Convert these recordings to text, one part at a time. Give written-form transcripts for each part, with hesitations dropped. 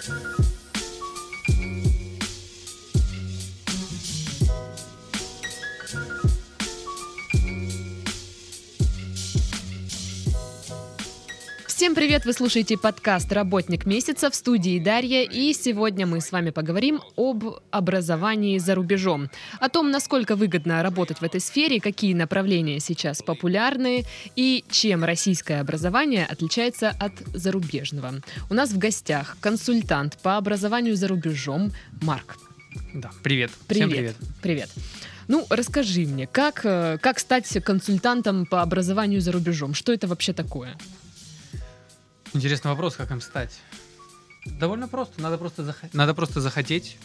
Всем привет! Вы слушаете подкаст «Работник месяца», в студии Дарья, и сегодня мы с вами поговорим об образовании за рубежом, о том, насколько выгодно работать в этой сфере, какие направления сейчас популярны и чем российское образование отличается от зарубежного. У нас в гостях консультант по образованию за рубежом Марк. Да, привет. Привет. Всем привет. Привет. Ну, расскажи мне, как стать консультантом по образованию за рубежом? Что это вообще такое? Интересный вопрос, как им стать. Довольно просто. Надо просто захотеть.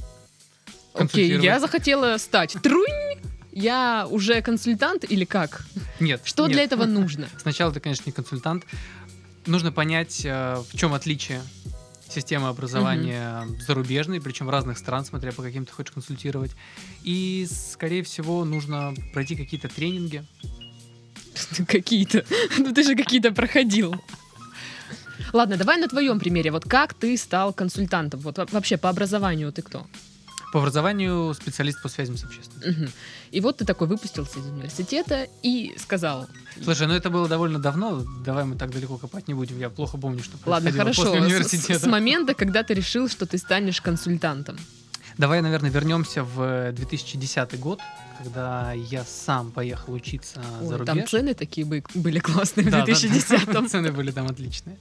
Окей, я захотела стать. Трунь! Я уже консультант или как? Нет. Что для этого нужно? Сначала ты, конечно, не консультант. Нужно понять, в чем отличие системы образования зарубежной, причем разных стран, смотря по каким ты хочешь консультировать. И, скорее всего, нужно пройти какие-то тренинги. Какие-то? Ну ты же какие-то проходил. Ладно, давай на твоем примере. Вот как ты стал консультантом? Вот вообще по образованию ты кто? По образованию специалист по связям с общественностью. Угу. И вот ты такой выпустился из университета и сказал... Слушай, ну это было довольно давно. Давай мы так далеко копать не будем. Я плохо помню, что Ладно, происходило хорошо. после университета. С момента, когда ты решил, что ты станешь консультантом. Давай, наверное, вернемся в 2010 год, когда я сам поехал учиться за рубеж. Там цены такие были классные в Да, 2010-м. Цены были там отличные.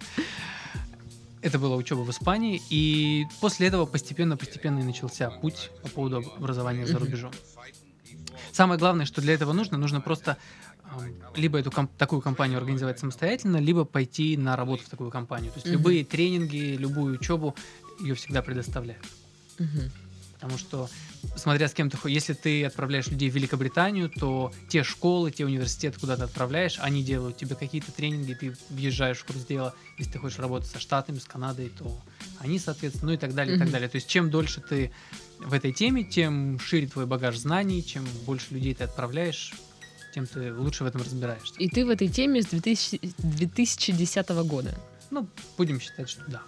Это была учеба в Испании, и после этого постепенно и начался путь по поводу образования за рубежом. Самое главное, что для этого нужно просто либо такую компанию организовать самостоятельно, либо пойти на работу в такую компанию. То есть любые тренинги, любую учебу, ее всегда предоставляют. Потому что, смотря с кем ты ходишь, если ты отправляешь людей в Великобританию, то те школы, те университеты, куда ты отправляешь, они делают тебе какие-то тренинги, ты въезжаешь в курс дела. Если ты хочешь работать со Штатами, с Канадой, то они, соответственно, ну и так далее, и так далее. То есть чем дольше ты в этой теме, тем шире твой багаж знаний, чем больше людей ты отправляешь, тем ты лучше в этом разбираешься. И ты в этой теме с 2010 года? Ну, будем считать, что да.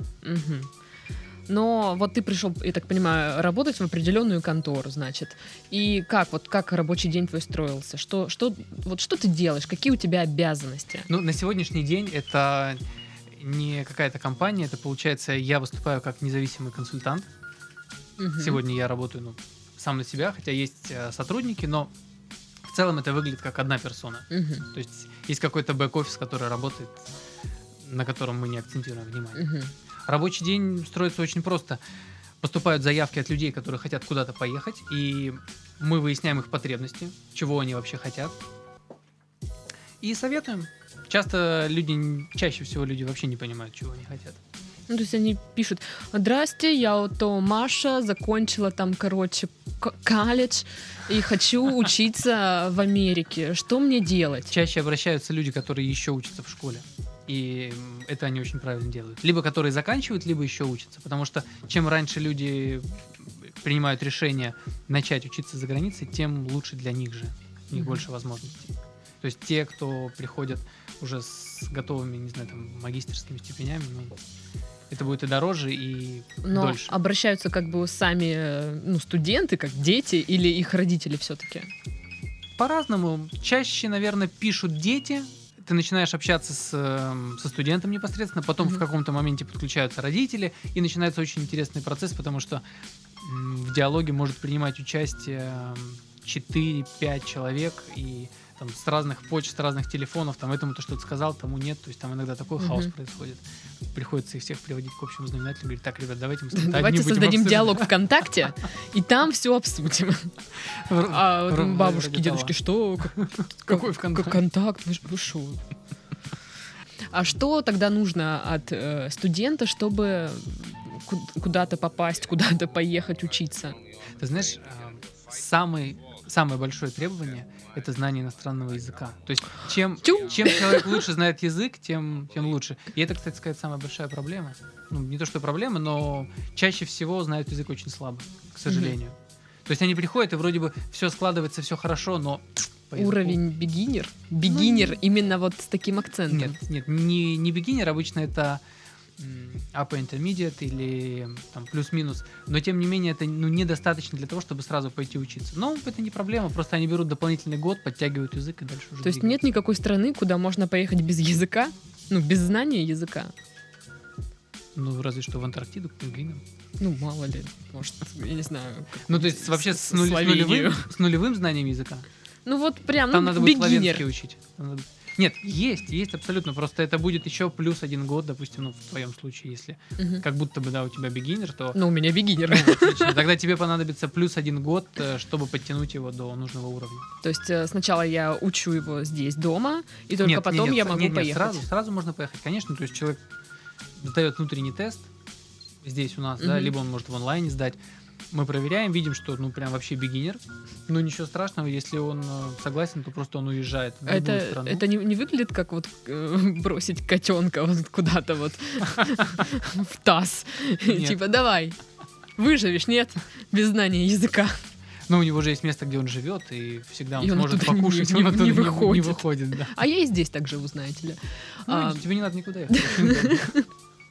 Но вот ты пришел, я так понимаю, работать в определенную контору, значит. И как рабочий день твой строился? Что ты делаешь? Какие у тебя обязанности? Ну, на сегодняшний день это не какая-то компания, это, получается, я выступаю как независимый консультант. Сегодня я работаю сам на себя, хотя есть сотрудники, но в целом это выглядит как одна персона. То есть есть какой-то бэк-офис, который работает, на котором мы не акцентируем внимание. Рабочий день строится очень просто. Поступают заявки от людей, которые хотят куда-то поехать, и мы выясняем их потребности, чего они вообще хотят, и советуем. Чаще всего люди вообще не понимают, чего они хотят. Ну, то есть они пишут: «Здрасте, я Маша, закончила там, колледж, и хочу учиться в Америке. Что мне делать?» Чаще обращаются люди, которые еще учатся в школе. И это они очень правильно делают. Либо которые заканчивают, либо еще учатся. Потому что чем раньше люди принимают решение начать учиться за границей, тем лучше для них же. У них больше возможностей. То есть те, кто приходят уже с готовыми, не знаю, там, магистерскими степенями, это будет и дороже, и дольше. Но обращаются как бы сами студенты, как дети, или их родители все-таки? По-разному. Чаще, наверное, пишут дети. Ты начинаешь общаться со студентом непосредственно, потом в каком-то моменте подключаются родители, и начинается очень интересный процесс, потому что в диалоге может принимать участие 4-5 человек, и там с разных почт, с разных телефонов, там этому ты что-то сказал, тому нет, то есть там иногда такой хаос происходит. Приходится их всех приводить к общему знаменателю, говорить: так, ребят, давайте создадим диалог ВКонтакте, и там все обсудим. А бабушки, дедушки, что? Какой ВКонтакт? Контакт, вы шо? А что тогда нужно от студента, чтобы куда-то попасть, куда-то поехать учиться? Ты знаешь, самое большое требование — это знание иностранного языка. То есть чем человек лучше знает язык, тем лучше. И это, кстати сказать, самая большая проблема. Ну, не то, что проблема, но чаще всего знают язык очень слабо, к сожалению. То есть они приходят, и вроде бы все складывается, все хорошо, но... Уровень бигинер? Бигинер именно вот с таким акцентом? Нет, не бигинер, обычно это upper intermediate или там плюс-минус, но тем не менее это недостаточно для того, чтобы сразу пойти учиться. Но это не проблема, просто они берут дополнительный год, подтягивают язык и дальше уже То есть двигаются. нет никакой страны, куда можно поехать без языка? Ну, без знания языка? Ну, разве что в Антарктиду к пингвинам. Ну, мало ли, может, я не знаю. Ну, то есть вообще с Словению. нулевым знанием языка. Ну, вот прям, Там ну, надо будет бигинер. славянский учить. Нет, есть абсолютно. Просто это будет еще плюс 1 год, допустим, ну, в твоем случае, если Мгм. как будто бы, да, у тебя бигинер, то Ну, у меня бигинер. отлично. Тогда тебе понадобится плюс 1 год, чтобы подтянуть его до нужного уровня. То есть сначала я учу его здесь, дома, и только Нет, потом нет, я могу нет, поехать. сразу можно поехать, конечно. То есть человек сдает внутренний тест здесь у нас, да, Мгм. либо он может в онлайне сдать. Мы проверяем, видим, что ну прям вообще бигинер. Ну ничего страшного, если он согласен, то просто он уезжает в другую страну. Это не выглядит как вот бросить котенка вот куда-то вот в таз. Нет. Типа, давай, выживешь, нет? Без знания языка. Ну, у него же есть место, где он живет, и всегда он И он сможет оттуда покушать, не он оттуда выходит. не выходит, да. А я и здесь так живу, знаете ли. Ну, А, тебе не надо никуда ехать.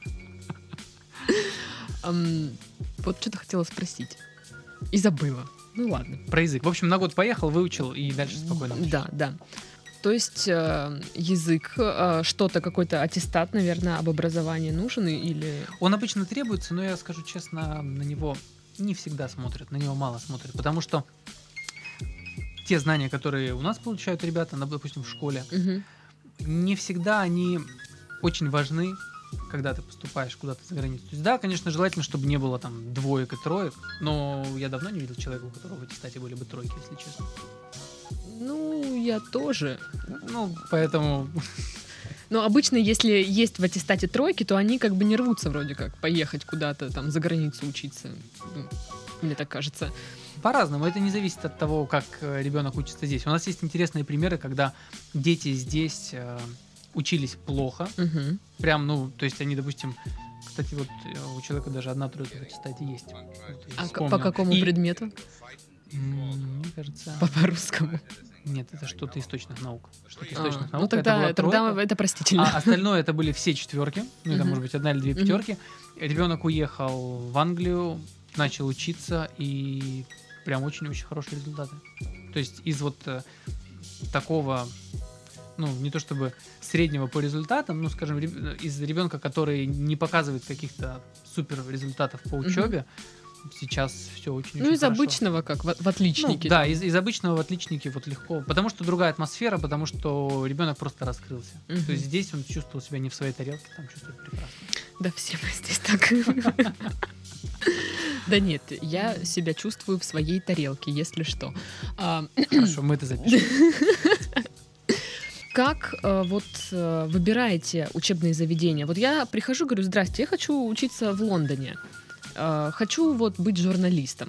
Вот что-то хотела спросить. И забыла. Ну ладно. Про язык. В общем, на год поехал, выучил, и дальше спокойно. учишь. Да. То есть язык, что-то, какой-то аттестат, наверное, об образовании нужен или... Он обычно требуется, но я скажу честно, на него не всегда смотрят, на него мало смотрят, потому что те знания, которые у нас получают ребята, допустим, в школе, Мгм. не всегда они очень важны, когда ты поступаешь куда-то за границу. То есть, да, конечно, желательно, чтобы не было там двоек и троек, но я давно не видел человека, у которого в аттестате были бы тройки, если честно. Ну, я тоже. Ну, поэтому... Но обычно, если есть в аттестате тройки, то они как бы не рвутся вроде как поехать куда-то там за границу учиться. Ну, мне так кажется. По-разному, это не зависит от того, как ребенок учится здесь. У нас есть интересные примеры, когда дети здесь учились плохо, Мгм. прям, ну, то есть они, допустим, кстати, вот у человека даже 1 тройка в аттестате есть. Вот я А вспомнил. по какому И, предмету? мне кажется, По-русскому. нет, это что-то из точных наук. Что-то из А, точных ну наук. это тогда была тройка. это простительно. А остальное это были все четверки, ну, это Мгм. может быть 1 или 2 Мгм. пятерки. Ребенок уехал в Англию, начал учиться, и прям очень-очень хорошие результаты. То есть из вот такого, ну, не то чтобы среднего по результатам, ну, скажем, из ребенка, который не показывает каких-то супер результатов по Мгм. учебе, сейчас все очень Ну, из хорошо. обычного, как в отличнике. Ну, да, там. из обычного в отличнике вот легко. Потому что другая атмосфера, потому что ребенок просто раскрылся. Мгм. То есть здесь он чувствовал себя не в своей тарелке, там чувствует прекрасно. Да, все мы здесь так. Да нет, я себя чувствую в своей тарелке, если что. Хорошо, мы это запишем. Как выбираете учебные заведения? Вот я прихожу, говорю, здрасте, я хочу учиться в Лондоне. Хочу вот быть журналистом.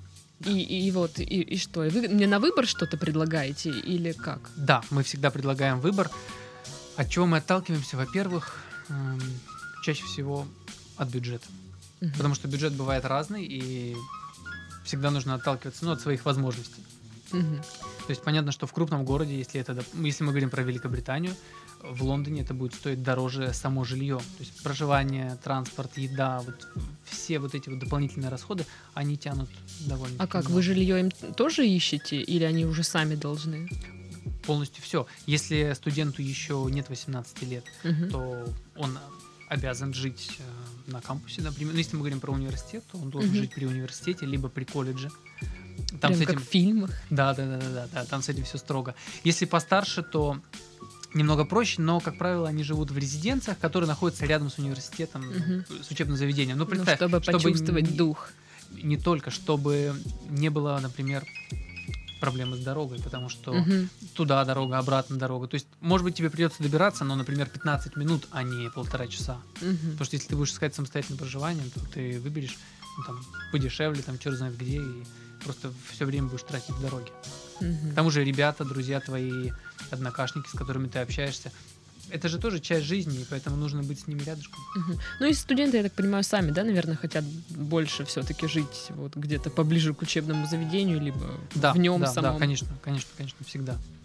И что? И вы мне на выбор что-то предлагаете или как? Да, мы всегда предлагаем выбор. От чего мы отталкиваемся? Во-первых, чаще всего от бюджета. Мгм. Потому что бюджет бывает разный, и всегда нужно отталкиваться, ну, от своих возможностей. Мгм. То есть понятно, что в крупном городе, если мы говорим про Великобританию, в Лондоне это будет стоить дороже само жилье. То есть проживание, транспорт, еда, вот все вот эти вот дополнительные расходы, они тянут довольно. А как, вы жилье им тоже ищете или они уже сами должны? Полностью все. Если студенту еще нет 18 лет, Мгм. то он обязан жить на кампусе, например. Ну, если мы говорим про университет, то он должен Мгм. жить при университете, либо при колледже. Там Прям с этим... как в фильмах. Да, там с этим все строго. Если постарше, то немного проще, но, как правило, они живут в резиденциях, которые находятся рядом с университетом, Мгм. с учебным заведением. Ну, Ну, представь, чтобы почувствовать дух. не только, чтобы не было, например, проблемы с дорогой, потому что Мгм. туда дорога, обратно дорога. То есть, может быть, тебе придется добираться, но, например, 15 минут, а не 1,5 часа. Мгм. Потому что если ты будешь искать самостоятельное проживание, то ты выберешь ну, там, подешевле, там, черт знает где, и просто все время будешь тратить в дороге. Мгм. К тому же ребята, друзья твои, однокашники, с которыми ты общаешься, это же тоже часть жизни, и поэтому нужно быть с ними рядышком. Мгм. Ну и студенты, я так понимаю, сами, да, наверное, хотят больше все-таки жить вот где-то поближе к учебному заведению, либо Да, в нем да, самом. да, конечно, всегда.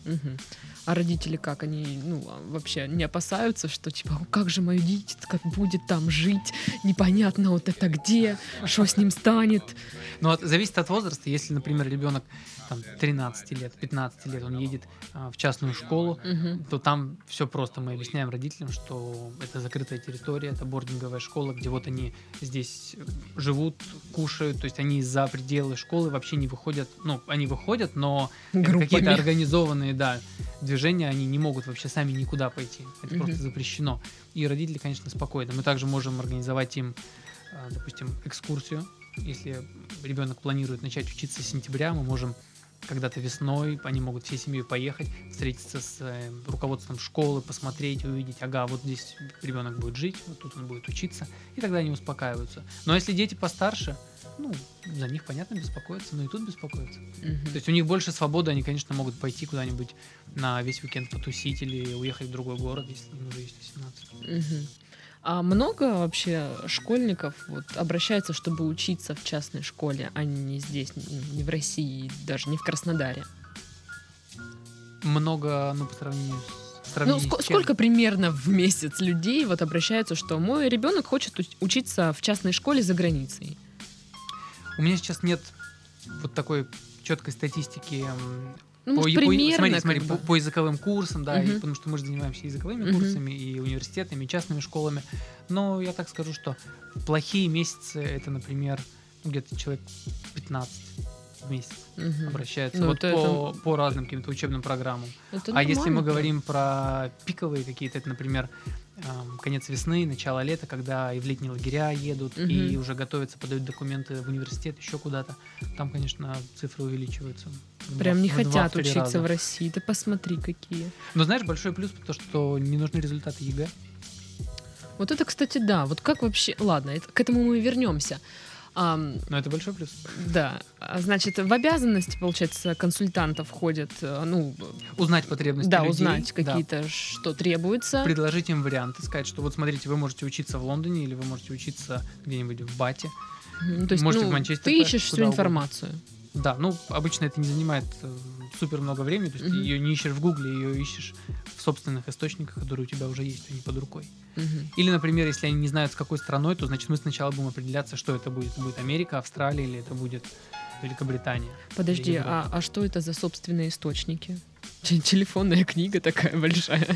Мгм. А родители как? Они, вообще не опасаются, что типа, как же мое дитятко будет там жить, непонятно вот это где, что с ним станет. Но зависит от возраста. Если, например, ребенок там 13 лет, 15 лет, он едет в частную школу, Мгм. то там все просто. Мы объясняем родителям, что это закрытая территория, это бординговая школа, где вот они здесь живут, кушают, то есть они за пределы школы вообще не выходят. Ну, они выходят, но это какие-то Группами. организованные, да, движения, они не могут вообще сами никуда пойти. Это Мгм. просто запрещено. И родители, конечно, спокойны. Мы также можем организовать им, допустим, экскурсию. Если ребенок планирует начать учиться с сентября, мы можем когда-то весной, они могут всей семьей поехать, встретиться с руководством школы, посмотреть, увидеть, ага, вот здесь ребенок будет жить, вот тут он будет учиться, и тогда они успокаиваются. Но если дети постарше, за них, понятно, беспокоиться, но и тут беспокоиться. Мгм. То есть у них больше свободы, они, конечно, могут пойти куда-нибудь на весь уикенд потусить или уехать в другой город, если им уже есть 18. Мгм. А много вообще школьников вот обращается, чтобы учиться в частной школе, а не здесь, не в России, даже не в Краснодаре? Много, по сравнению с сравнению с чем? Сколько примерно в месяц людей вот обращаются, что мой ребенок хочет учиться в частной школе за границей? У меня сейчас нет вот такой четкой статистики Может, примерно. смотри, как бы. по языковым курсам, да, и Мгм. потому что мы же занимаемся языковыми Мгм. курсами, и университетами, и частными школами. Но я так скажу, что плохие месяцы это, например, где-то человек 15 в месяц Мгм. обращаются Ну, вот это по разным каким-то учебным программам. Это А если мы нормально. говорим про пиковые какие-то, это, например, конец весны, начало лета, когда и в летние лагеря едут, и Мгм. уже готовятся, подают документы в университет, еще куда-то, там, конечно, цифры увеличиваются. Прям не в 2-3 хотят учиться раза. в России. Ты посмотри, какие. Но знаешь, большой плюс, то, что не нужны результаты ЕГЭ. Вот это, кстати, да. Вот как вообще... Ладно, к этому мы вернемся. Но это большой плюс. Да. Значит, в обязанности, получается, консультантов входит, Узнать потребности да, людей. узнать да. какие-то, что требуется. Предложить им варианты, сказать, что вот смотрите, вы можете учиться в Лондоне или вы можете учиться где-нибудь в Бате. То есть, можете в Манчестер ты поехать, ищешь куда всю угодно. информацию. Да, обычно это не занимает супер много времени, то есть Мгм. ее не ищешь в Гугле, ее ищешь в собственных источниках, которые у тебя уже есть, они под рукой. Мгм. Или, например, если они не знают, с какой страной, то значит мы сначала будем определяться, что это будет. Это будет Америка, Австралия или это будет Великобритания. Подожди, Или Европа. а что это за собственные источники? Телефонная книга такая большая.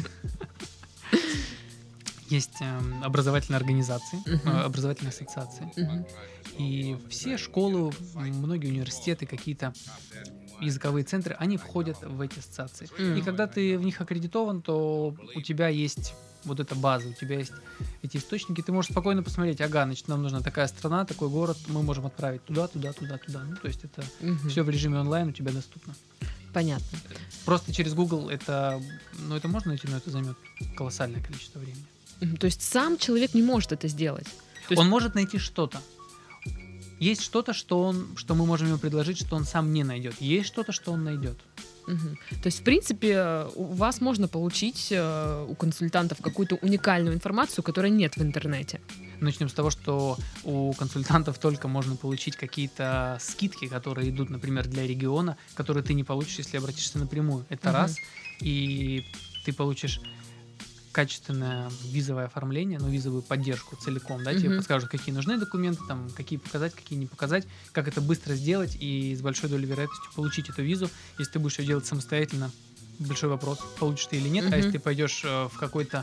Есть образовательные организации, Мгм. образовательные ассоциации. Мгм. И все школы, многие университеты, какие-то языковые центры, они входят в эти ассоциации. Мгм. И когда ты в них аккредитован, то у тебя есть вот эта база, у тебя есть эти источники, ты можешь спокойно посмотреть, ага, значит, нам нужна такая страна, такой город, мы можем отправить туда. То есть это Мгм. все в режиме онлайн у тебя доступно. Понятно. Просто через Google это можно найти, но это займет колоссальное количество времени. То есть сам человек не может это сделать. То есть- Он может найти что-то. Есть что-то, что мы можем ему предложить, что он сам не найдет. Есть что-то, что он найдет. Мгм. То есть, в принципе, у вас можно получить у консультантов какую-то уникальную информацию, которой нет в интернете. Начнем с того, что у консультантов только можно получить какие-то скидки, которые идут, например, для региона, которые ты не получишь, если обратишься напрямую. Это Мгм. раз. И ты получишь качественное визовое оформление, визовую поддержку целиком, да, тебе Мгм. подскажут, какие нужны документы, там, какие показать, какие не показать, как это быстро сделать и с большой долей вероятности получить эту визу. Если ты будешь ее делать самостоятельно, большой вопрос, получишь ты или нет. Мгм. А если ты пойдешь в какой-то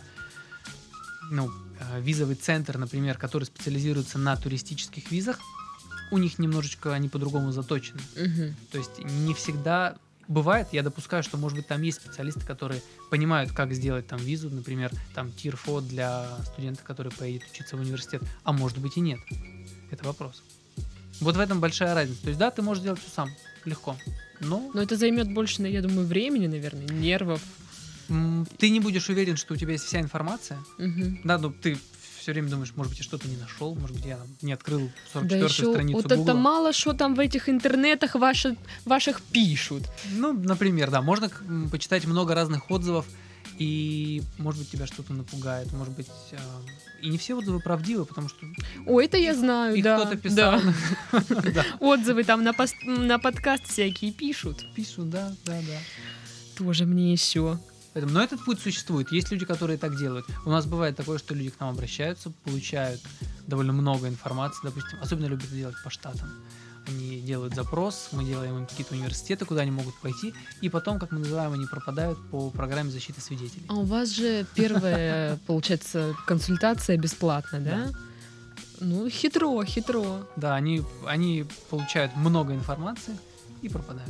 визовый центр, например, который специализируется на туристических визах, у них немножечко они по-другому заточены. Мгм. То есть не всегда бывает, я допускаю, что, может быть, там есть специалисты, которые понимают, как сделать там визу, например, там Tier 4 для студента, который поедет учиться в университет, а может быть и нет. Это вопрос. Вот в этом большая разница. То есть, да, ты можешь делать все сам, легко, но Но это займет больше, я думаю, времени, наверное, нервов. ты не будешь уверен, что у тебя есть вся информация. Мгм. Да, ты все время думаешь, может быть, я что-то не нашел, может быть, я не открыл 44-ю Да еще страницу вот это Гугла. мало что там в этих интернетах ваших пишут. Например, да, можно почитать много разных отзывов, и, может быть, тебя что-то напугает, может быть, и не все отзывы правдивы, потому что Ой, это я знаю, их да. кто-то писал. Да. Да. Отзывы там на подкаст всякие пишут. Пишут, да. Что же мне еще? Но этот путь существует. Есть люди, которые так делают. У нас бывает такое, что люди к нам обращаются, получают довольно много информации, допустим, особенно любят это делать по штатам. Они делают запрос, мы делаем им какие-то университеты, куда они могут пойти, и потом, как мы называем, они пропадают по программе защиты свидетелей. А у вас же первая, получается, консультация бесплатная, да? Ну, хитро. Да, они получают много информации и пропадают.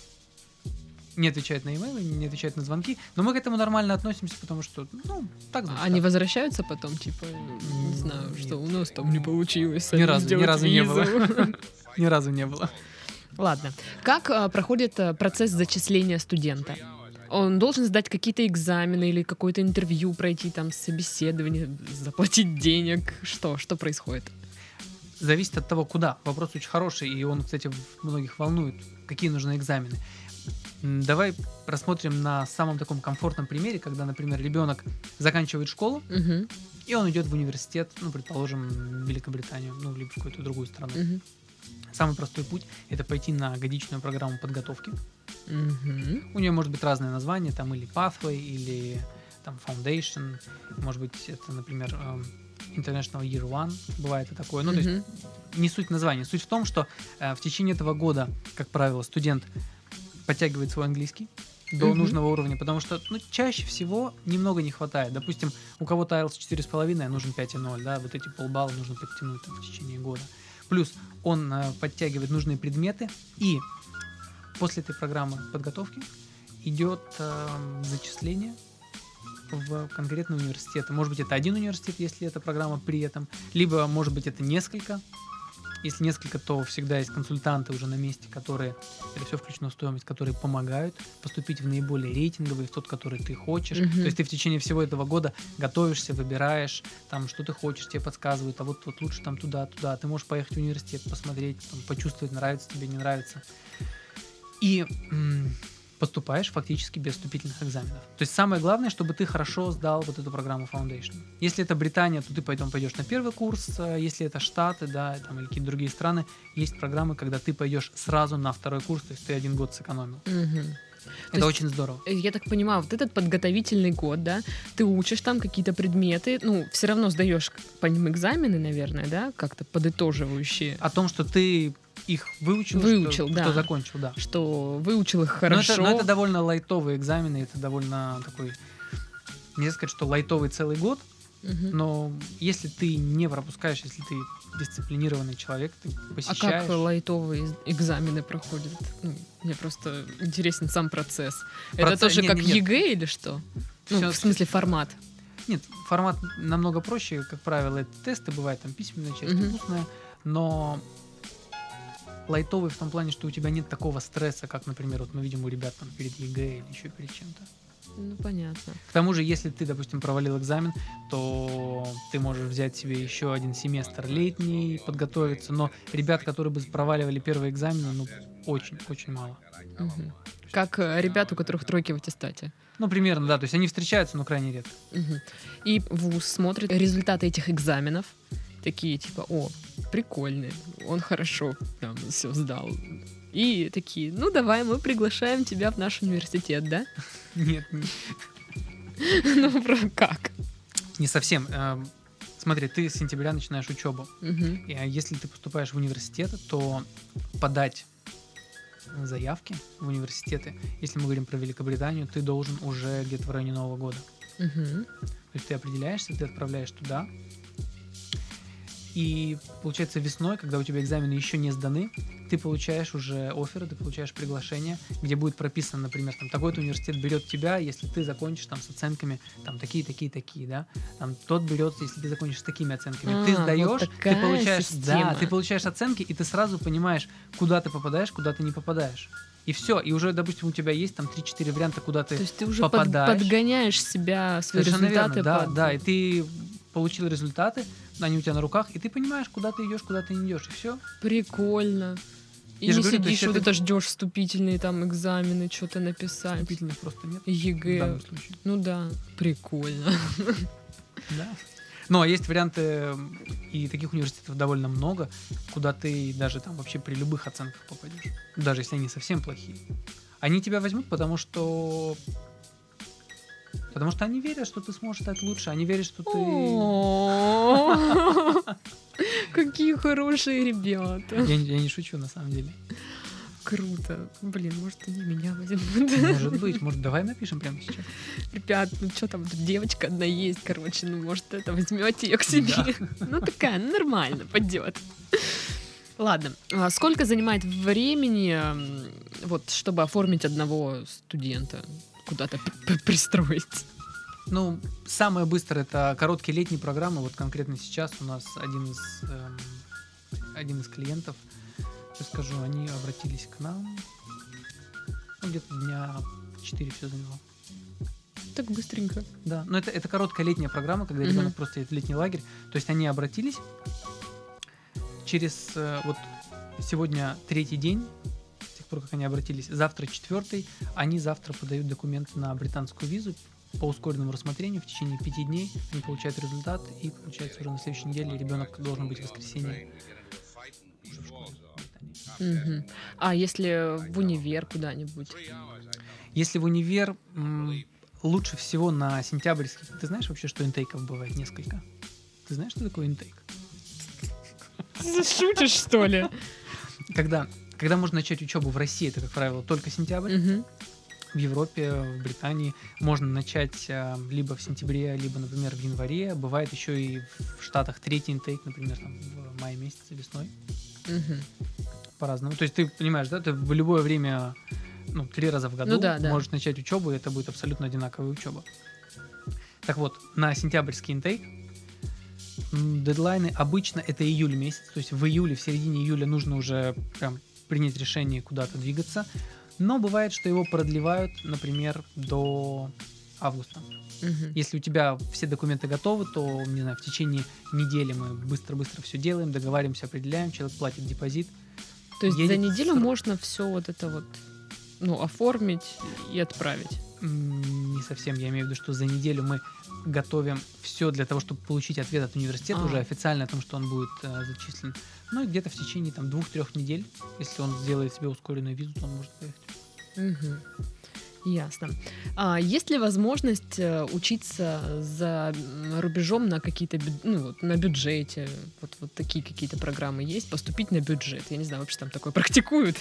Не отвечают на имейлы, не отвечают на звонки, но мы к этому нормально относимся, потому что, так значит. Они возвращаются потом, типа, не знаю, Нет. что у нас там не получилось. Ни разу не визу. было. Ни разу не было. Ладно. Как проходит процесс зачисления студента? Он должен сдать какие-то экзамены или какое-то интервью пройти, там, собеседование, заплатить денег? Что происходит? Зависит от того, куда. Вопрос очень хороший, и он, кстати, многих волнует. Какие нужны экзамены? Давай рассмотрим на самом таком комфортном примере, когда, например, ребенок заканчивает школу, Мгм. и он идет в университет, предположим, в Великобританию, либо в какую-то другую страну. Мгм. Самый простой путь — это пойти на годичную программу подготовки. Мгм. У нее может быть разное название, там или Pathway, или там Foundation, может быть, это, например, International Year One, бывает и такое. То есть Мгм. не суть названия. Суть в том, что в течение этого года, как правило, студент подтягивает свой английский до Мгм. нужного уровня, потому что чаще всего немного не хватает. Допустим, у кого-то IELTS 4,5, а нужен 5,0, да, вот эти полбалла нужно подтянуть в течение года. Плюс он подтягивает нужные предметы, и после этой программы подготовки идет зачисление в конкретные университеты. Может быть, это один университет, если эта программа при этом, либо, может быть, это несколько. Если несколько, то всегда есть консультанты уже на месте, которые, это все включено в стоимость, которые помогают поступить в наиболее рейтинговый, в тот, который ты хочешь. Мгм. То есть ты в течение всего этого года готовишься, выбираешь, там, что ты хочешь, тебе подсказывают, а вот лучше там туда. Ты можешь поехать в университет, посмотреть, там, почувствовать, нравится тебе, не нравится. И поступаешь фактически без вступительных экзаменов. То есть самое главное, чтобы ты хорошо сдал вот эту программу Foundation. Если это Британия, то ты потом пойдешь на первый курс. Если это Штаты, да, там, или какие-то другие страны, есть программы, когда ты пойдешь сразу на второй курс, то есть ты 1 год сэкономил. Мгм. Это есть, очень здорово. Я так понимаю, вот этот подготовительный год, да, ты учишь там какие-то предметы, все равно сдаешь по ним экзамены, наверное, да, как-то подытоживающие, О том, что ты их выучил, Выучил, да. что закончил, да. что выучил их Но хорошо. это довольно лайтовые экзамены, это довольно такой, нельзя сказать, что лайтовый целый год, Мгм. но если ты не пропускаешь, если ты дисциплинированный человек, ты А посещаешь... как лайтовые экзамены проходят? Мне просто интересен сам процесс. Это Процесс- тоже не- как не- нет. ЕГЭ или что? Всё- В смысле формат. Нет, формат намного проще, как правило, это тесты, бывает там письменная часть, Мгм. устная, но лайтовый в том плане, что у тебя нет такого стресса, как, например, вот мы видим у ребят там перед ЕГЭ или еще перед чем-то. Понятно. К тому же, если ты, допустим, провалил экзамен, то ты можешь взять себе еще 1 семестр летний, подготовиться, но ребят, которые бы проваливали первые экзамены, очень-очень мало. Мгм. Как ребят, у которых тройки в аттестате. Примерно, да, то есть они встречаются, но крайне редко. Мгм. И вуз смотрит результаты этих экзаменов, такие типа, о, прикольный, он хорошо там все сдал. И такие, давай, мы приглашаем тебя в наш университет, да? Нет, Как? не совсем. Смотри, ты с сентября начинаешь учебу. Мгм. И если ты поступаешь в университет, то подать заявки в университеты, если мы говорим про Великобританию, ты должен уже где-то в районе Нового года. Мгм. То есть ты определяешься, ты отправляешь туда. И получается весной, когда у тебя экзамены еще не сданы, ты получаешь уже офферы, ты получаешь приглашение, где будет прописано, например, там такой-то университет берет тебя, если ты закончишь там с оценками там такие, да, там тот берет, если ты закончишь с такими оценками. Ты Вот сдаешь, ты такая получаешь, система. ты получаешь оценки, и ты сразу понимаешь, куда ты попадаешь, куда ты не попадаешь. И все, и уже, допустим, у тебя есть там 3-4 варианта, куда ты То есть ты уже попадаешь. подгоняешь себя, свои Совершенно результаты. верно, да, и ты получил результаты, они у тебя на руках, и ты понимаешь, куда ты идешь, куда ты не идешь, и все. Прикольно. И Я же не говорю, то сидишь, есть вот это- это ждешь вступительные там экзамены, что-то написать. Вступительных просто нет в ЕГЭ. данном случае. Ну да, прикольно. Да. Ну, а есть варианты, и таких университетов довольно много, куда ты даже там вообще при любых оценках попадешь, даже если они совсем плохие. Они тебя возьмут, потому что они верят, что ты сможешь стать лучше. Они верят, что ты... О, какие хорошие ребята. Я не шучу, на самом деле. Круто. Блин, может, они меня возьмут. Может быть. Может, давай напишем прямо сейчас. Ребят, ну что там, тут девочка одна есть, короче, ну, может, это возьмете ее к себе. Да. Ну, такая, ну, нормально, пойдет. Ладно, а сколько занимает времени, вот, чтобы оформить одного студента, куда-то пристроить? Ну, самое быстрое — это короткие летние программы. Вот конкретно сейчас у нас один из клиентов, сейчас скажу, они обратились к нам, ну, где-то дня 4 все заняло. Так быстренько. Да, но это короткая летняя программа, когда ребенок просто едет в летний лагерь. То есть они обратились через вот сегодня 3-й день, с тех пор, как они обратились, завтра 4-й, они завтра подают документы на британскую визу по ускоренному рассмотрению. В течение 5 дней они получают результат, и получается уже на следующей неделе ребенок должен быть в воскресенье уже в школе в Британии. А если в универ куда-нибудь? Если в универ, лучше всего на сентябрьский. Ты знаешь вообще, что интейков бывает несколько? Ты знаешь, что такое интейк? Шутишь, что ли? Когда можно начать учебу в России, это, как правило, только сентябрь. В Европе, в Британии можно начать либо в сентябре, либо, например, в январе. Бывает еще и в Штатах 3-й интейк, например, там, в мае месяце, весной. По-разному. То есть ты понимаешь, да, ты в любое время, 3 раза в году можешь начать учебу, и это будет абсолютно одинаковая учеба. Так вот, на сентябрьский интейк дедлайны обычно это июль месяц, то есть в июле, в середине июля нужно уже прям принять решение куда-то двигаться, но бывает, что его продлевают, например, до августа. Если у тебя все документы готовы, то, не знаю, в течение недели мы быстро-быстро все делаем, договариваемся, определяем, человек платит депозит. То есть за неделю можно все вот это вот, оформить и отправить? Не совсем. Я имею в виду, что за неделю мы готовим все для того, чтобы получить ответ от университета уже официально о том, что он будет зачислен. Ну и где-то в течение 2-3 недель, если он сделает себе ускоренную визу, то он может поехать. Ясно. А есть ли возможность учиться за рубежом на какие-то, на бюджете? Вот такие какие-то программы есть? Поступить на бюджет? Я не знаю, вообще там такое практикуют?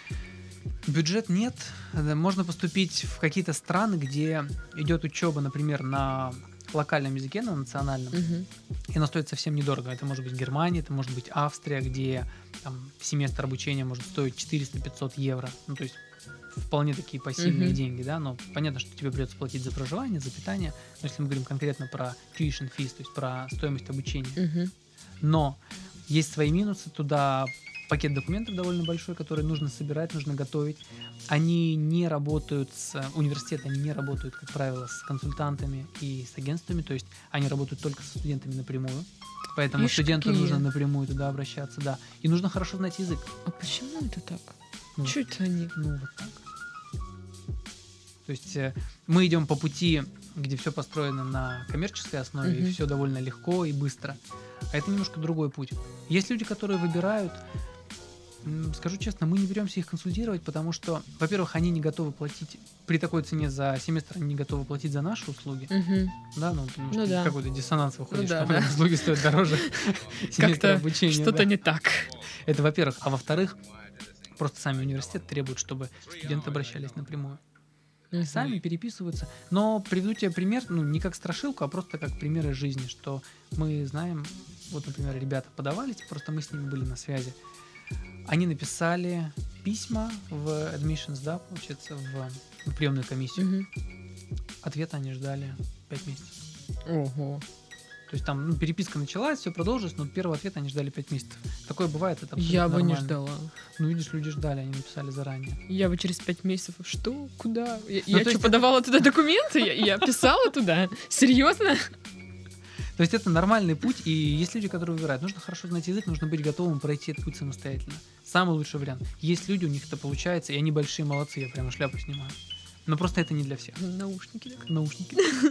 Бюджет нет. Можно поступить в какие-то страны, где идет учеба, например, на локальном языке, на национальном, и она стоит совсем недорого. Это может быть Германия, это может быть Австрия, где там семестр обучения может стоить 400-500 евро. Ну, то есть вполне такие пассивные деньги, да, но понятно, что тебе придется платить за проживание, за питание, но если мы говорим конкретно про tuition fees, то есть про стоимость обучения. Но есть свои минусы, туда пакет документов довольно большой, который нужно собирать, нужно готовить. Они не работают университеты, они не работают, как правило, с консультантами и с агентствами, то есть они работают только со студентами напрямую, поэтому студенту нужно напрямую туда обращаться, да, и нужно хорошо знать язык. А почему это так? Чё это они? Вот так. То есть мы идем по пути, где все построено на коммерческой основе, и все довольно легко и быстро. А это немножко другой путь. Есть люди, которые выбирают, скажу честно, мы не беремся их консультировать, потому что, во-первых, они не готовы платить при такой цене за семестр, они не готовы платить за наши услуги. Да, какой-то диссонанс выходит, что услуги стоят дороже семестра обучения. Что-то не так. Это, во-первых. А во-вторых, просто сами университеты требуют, чтобы студенты обращались напрямую. Сами переписываются. Но приведу тебе пример, не как страшилку, а просто как примеры жизни, что мы знаем, вот, например, ребята подавались, просто мы с ними были на связи. Они написали письма в admissions, да, получается, в приемную комиссию. Ответа они ждали 5 месяцев. Ого. То есть там переписка началась, все продолжилось, но первого ответа они ждали 5 месяцев. Такое бывает, это абсолютно Я бы нормально. не ждала. Видишь, люди ждали, они написали заранее. Я бы через 5 месяцев, что? Куда? Я что, подавала туда документы? Я писала туда? Серьезно? То есть это нормальный путь, и есть люди, которые выбирают. Нужно хорошо знать язык, нужно быть готовым пройти этот путь самостоятельно. Самый лучший вариант. Есть люди, у них это получается, и они большие молодцы, я прямо шляпу снимаю. Но просто это не для всех. Наушники. Наушники.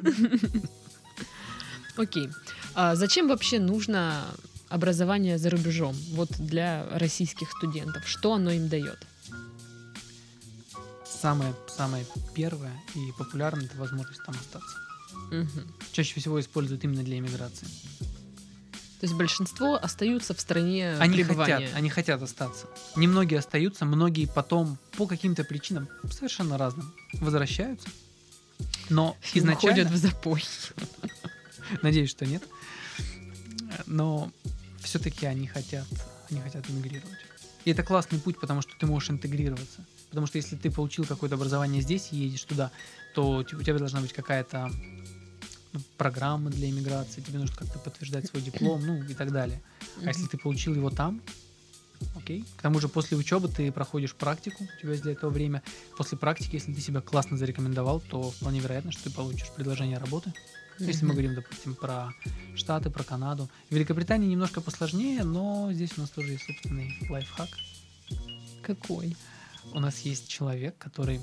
Окей. А зачем вообще нужно образование за рубежом? Вот для российских студентов. Что оно им дает? самое первое и популярное — это возможность там остаться. Мгм. Чаще всего используют именно для иммиграции. То есть большинство остаются в стране Они пребывания. хотят остаться. Немногие остаются, многие потом по каким-то причинам совершенно разным возвращаются. Но И уходят изначально, в запой. надеюсь, что нет, но все-таки они хотят эмигрировать. И это классный путь, потому что ты можешь интегрироваться. Потому что если ты получил какое-то образование здесь и едешь туда, то у тебя должна быть какая-то программа для иммиграции, тебе нужно как-то подтверждать свой диплом, и так далее. А если ты получил его там, окей. К тому же после учебы ты проходишь практику, у тебя есть для этого время. После практики, если ты себя классно зарекомендовал, то вполне вероятно, что ты получишь предложение работы. Если мы говорим, допустим, про Штаты, про Канаду. В Великобритании немножко посложнее, но здесь у нас тоже есть собственный лайфхак. Какой? У нас есть человек, который...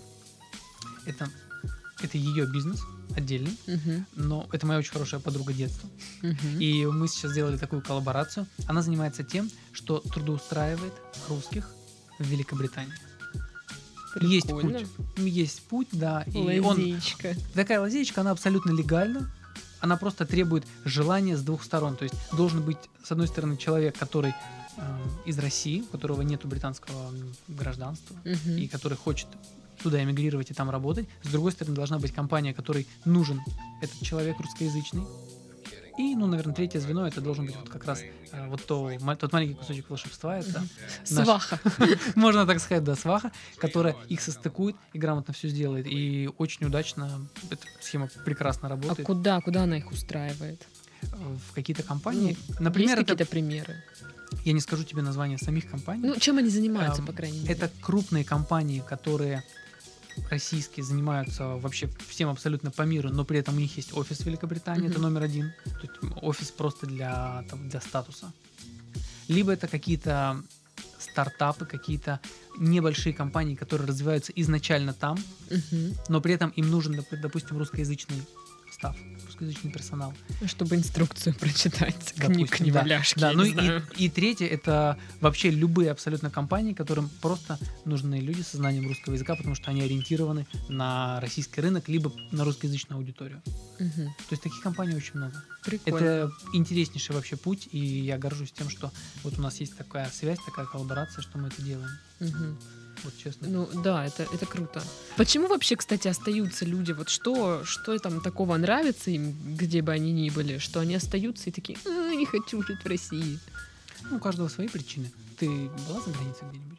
Это ее бизнес отдельный, Мгм. но это моя очень хорошая подруга детства. Мгм. И мы сейчас сделали такую коллаборацию. Она занимается тем, что трудоустраивает русских в Великобритании. Прикольно. Есть путь, да. И Лазейка. такая лазейка, она абсолютно легальна. Она просто требует желания с двух сторон. То есть должен быть, с одной стороны, человек, который из России, у которого нет британского гражданства, Мгм. и который хочет туда эмигрировать и там работать. С другой стороны, должна быть компания, которой нужен этот человек русскоязычный. И, наверное, третье звено — это должен быть вот как раз тот маленький кусочек волшебства. Это Сваха. можно так сказать, да, сваха, которая их состыкует и грамотно все сделает. И очень удачно эта схема прекрасно А работает. куда она их устраивает? В какие-то компании, Есть например, какие-то примеры? я не скажу тебе название самих компаний. Ну, чем они занимаются, Эм, по крайней мере? Это крупные компании, которые российские, занимаются вообще всем абсолютно по миру, но при этом у них есть офис в Великобритании, это номер один. То есть офис просто для статуса. Либо это какие-то стартапы, какие-то небольшие компании, которые развиваются изначально там, Мгм. но при этом им нужен, допустим, русскоязычный став, русскоязычный персонал. Чтобы инструкцию прочитать, Допустим, книг неваляшки, Да, я ну не знаю. и третье — это вообще любые абсолютно компании, которым просто нужны люди со знанием русского языка, потому что они ориентированы на российский рынок, либо на русскоязычную аудиторию. Мгм. То есть таких компаний очень много. Прикольно. Это интереснейший вообще путь, и я горжусь тем, что вот у нас есть такая связь, такая коллаборация, что мы это делаем. Мгм. Вот честно. Ну да, это круто. Почему вообще, кстати, остаются люди? Вот что там такого нравится им, где бы они ни были, что они остаются и такие: не хочу жить в России. У каждого свои причины. Ты была за границей где-нибудь?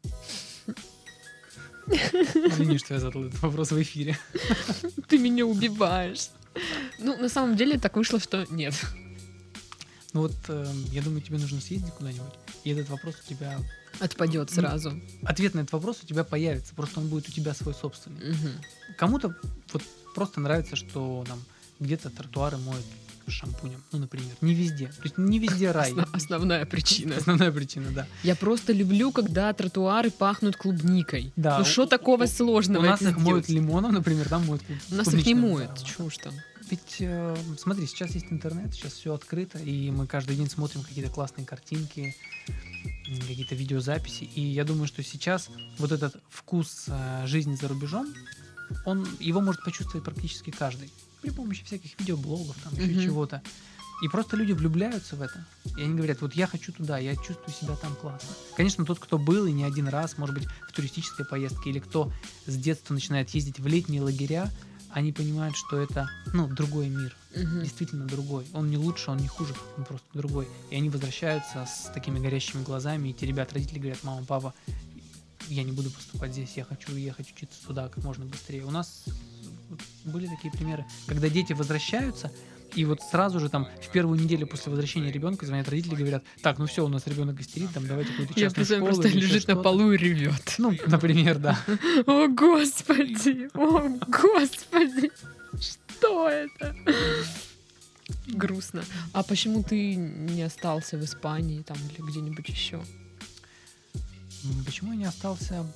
Извини, что я задал этот вопрос в эфире. Ты меня убиваешь. Ну, на самом деле так вышло, что нет. Ну вот, я думаю, тебе нужно съездить куда-нибудь, и этот вопрос у тебя... Отпадет сразу. Ответ на этот вопрос у тебя появится, просто он будет у тебя свой собственный. Мгм. Кому-то вот просто нравится, что там где-то тротуары моют шампунем, например. Не везде. То есть не везде рай. Основная причина. Основная причина, да. Я просто люблю, когда тротуары пахнут клубникой. Да, Ну что такого у сложного? нас это их моют сделать? лимоном, например, там моют У нас их не клубничным, моют. да. Чушь там. Ведь, смотри, сейчас есть интернет, сейчас все открыто, и мы каждый день смотрим какие-то классные картинки, какие-то видеозаписи. И я думаю, что сейчас вот этот вкус жизни за рубежом, его может почувствовать практически каждый. При помощи всяких видеоблогов, там еще Мгм. чего-то. И просто люди влюбляются в это. И они говорят: вот я хочу туда, я чувствую себя там классно. Конечно, тот, кто был и не один раз, может быть, в туристической поездке, или кто с детства начинает ездить в летние лагеря, они понимают, что это, другой мир. Мгм. Действительно другой. Он не лучше, он не хуже, он просто другой. И они возвращаются с такими горящими глазами, и те родители говорят: мама, папа, я не буду поступать здесь, я хочу уехать учиться туда как можно быстрее. У нас были такие примеры, когда дети возвращаются, и вот сразу же там в первую неделю после возвращения ребенка звонят родители и говорят: так, все, у нас ребенок истерит, там давайте какую-то Я частную представляю, школу. просто или еще лежит на что-то». полу и ревет. Например, да. О, Господи! О, Господи! Что это? Грустно. А почему ты не остался в Испании там или где-нибудь еще? Почему я не остался?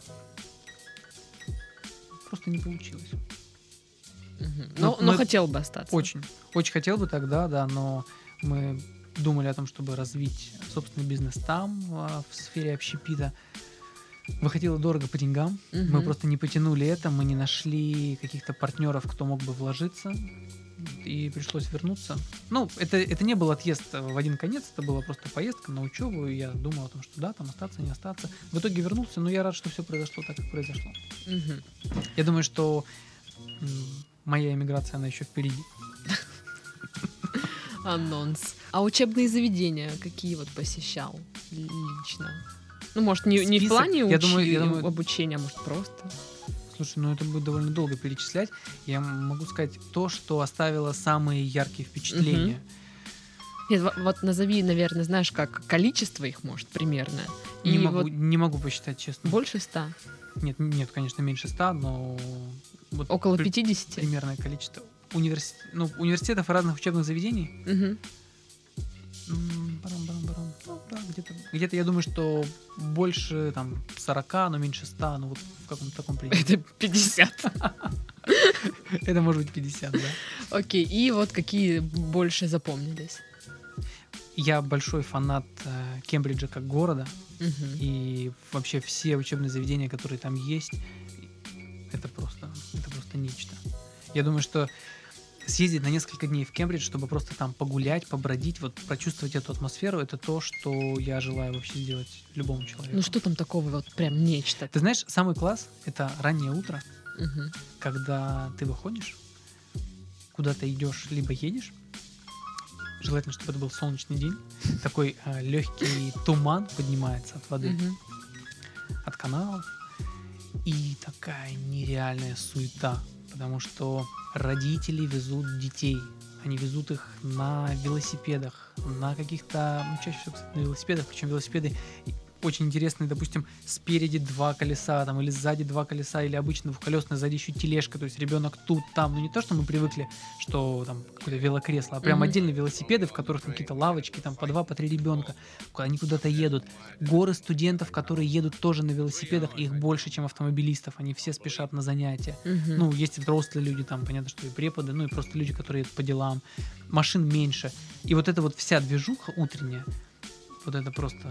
Просто не получилось. Но мы хотел бы остаться. Очень хотел бы тогда, да, но мы думали о том, чтобы развить собственный бизнес там, в сфере общепита. выходило дорого по деньгам. Мы Мгм. просто не потянули это, мы не нашли каких-то партнеров, кто мог бы вложиться, и пришлось вернуться. Ну, это не был отъезд в один конец, это была просто поездка на учебу, и я думал о том, что да, там остаться, не остаться. В итоге вернулся, но я рад, что все произошло так, как произошло. Мгм. Я думаю, что моя эмиграция, она еще впереди. Анонс. А учебные заведения какие вот посещал лично? Ну, может, не в Список? плане Я думаю- обучения, а может, просто. Слушай, ну это будет довольно долго перечислять. Я могу сказать то, что оставило самые яркие впечатления. Нет, вот назови, наверное, знаешь, как количество их, может, примерно. Не, И могу, вот не могу посчитать, честно. больше 100? Нет, конечно, меньше 100, но вот Около 50? примерное количество. Университетов и разных учебных заведений. Мгм. Барам-барам-барам. Ну, да, где-то я думаю, что больше там 40, но меньше 100, ну вот в каком-то таком пределе. Это 50. Это может быть 50, да. Окей, и вот какие больше запомнились? Я большой фанат Кембриджа как города, Мгм. и вообще все учебные заведения, которые там есть, это просто нечто. Я думаю, что съездить на несколько дней в Кембридж, чтобы просто там погулять, побродить, вот прочувствовать эту атмосферу, это то, что я желаю вообще сделать любому человеку. Ну что там такого вот прям нечто? Ты знаешь, самый класс — это раннее утро, Мгм. когда ты выходишь, куда-то идешь, либо едешь. Желательно, чтобы это был солнечный день. Такой легкий туман поднимается от воды, Мгм. от каналов. И такая нереальная суета, потому что родители везут детей. Они везут их на велосипедах, на каких-то, ну, чаще всего, кстати, на велосипедах, причем велосипеды очень интересные, допустим, спереди 2 колеса, там, или сзади 2 колеса, или обычно двухколесная, сзади еще тележка, то есть ребенок тут, там, ну не то, что мы привыкли, что там какое-то велокресло, а прям Мгм. отдельные велосипеды, в которых там какие-то лавочки, там по 2, по 3 ребенка, они куда-то едут. Горы студентов, которые едут тоже на велосипедах, их больше, чем автомобилистов, они все спешат на занятия. Мгм. Ну, есть и взрослые люди, там, понятно, что и преподы, ну, и просто люди, которые едут по делам. Машин меньше. И вот эта вот вся движуха утренняя, вот это просто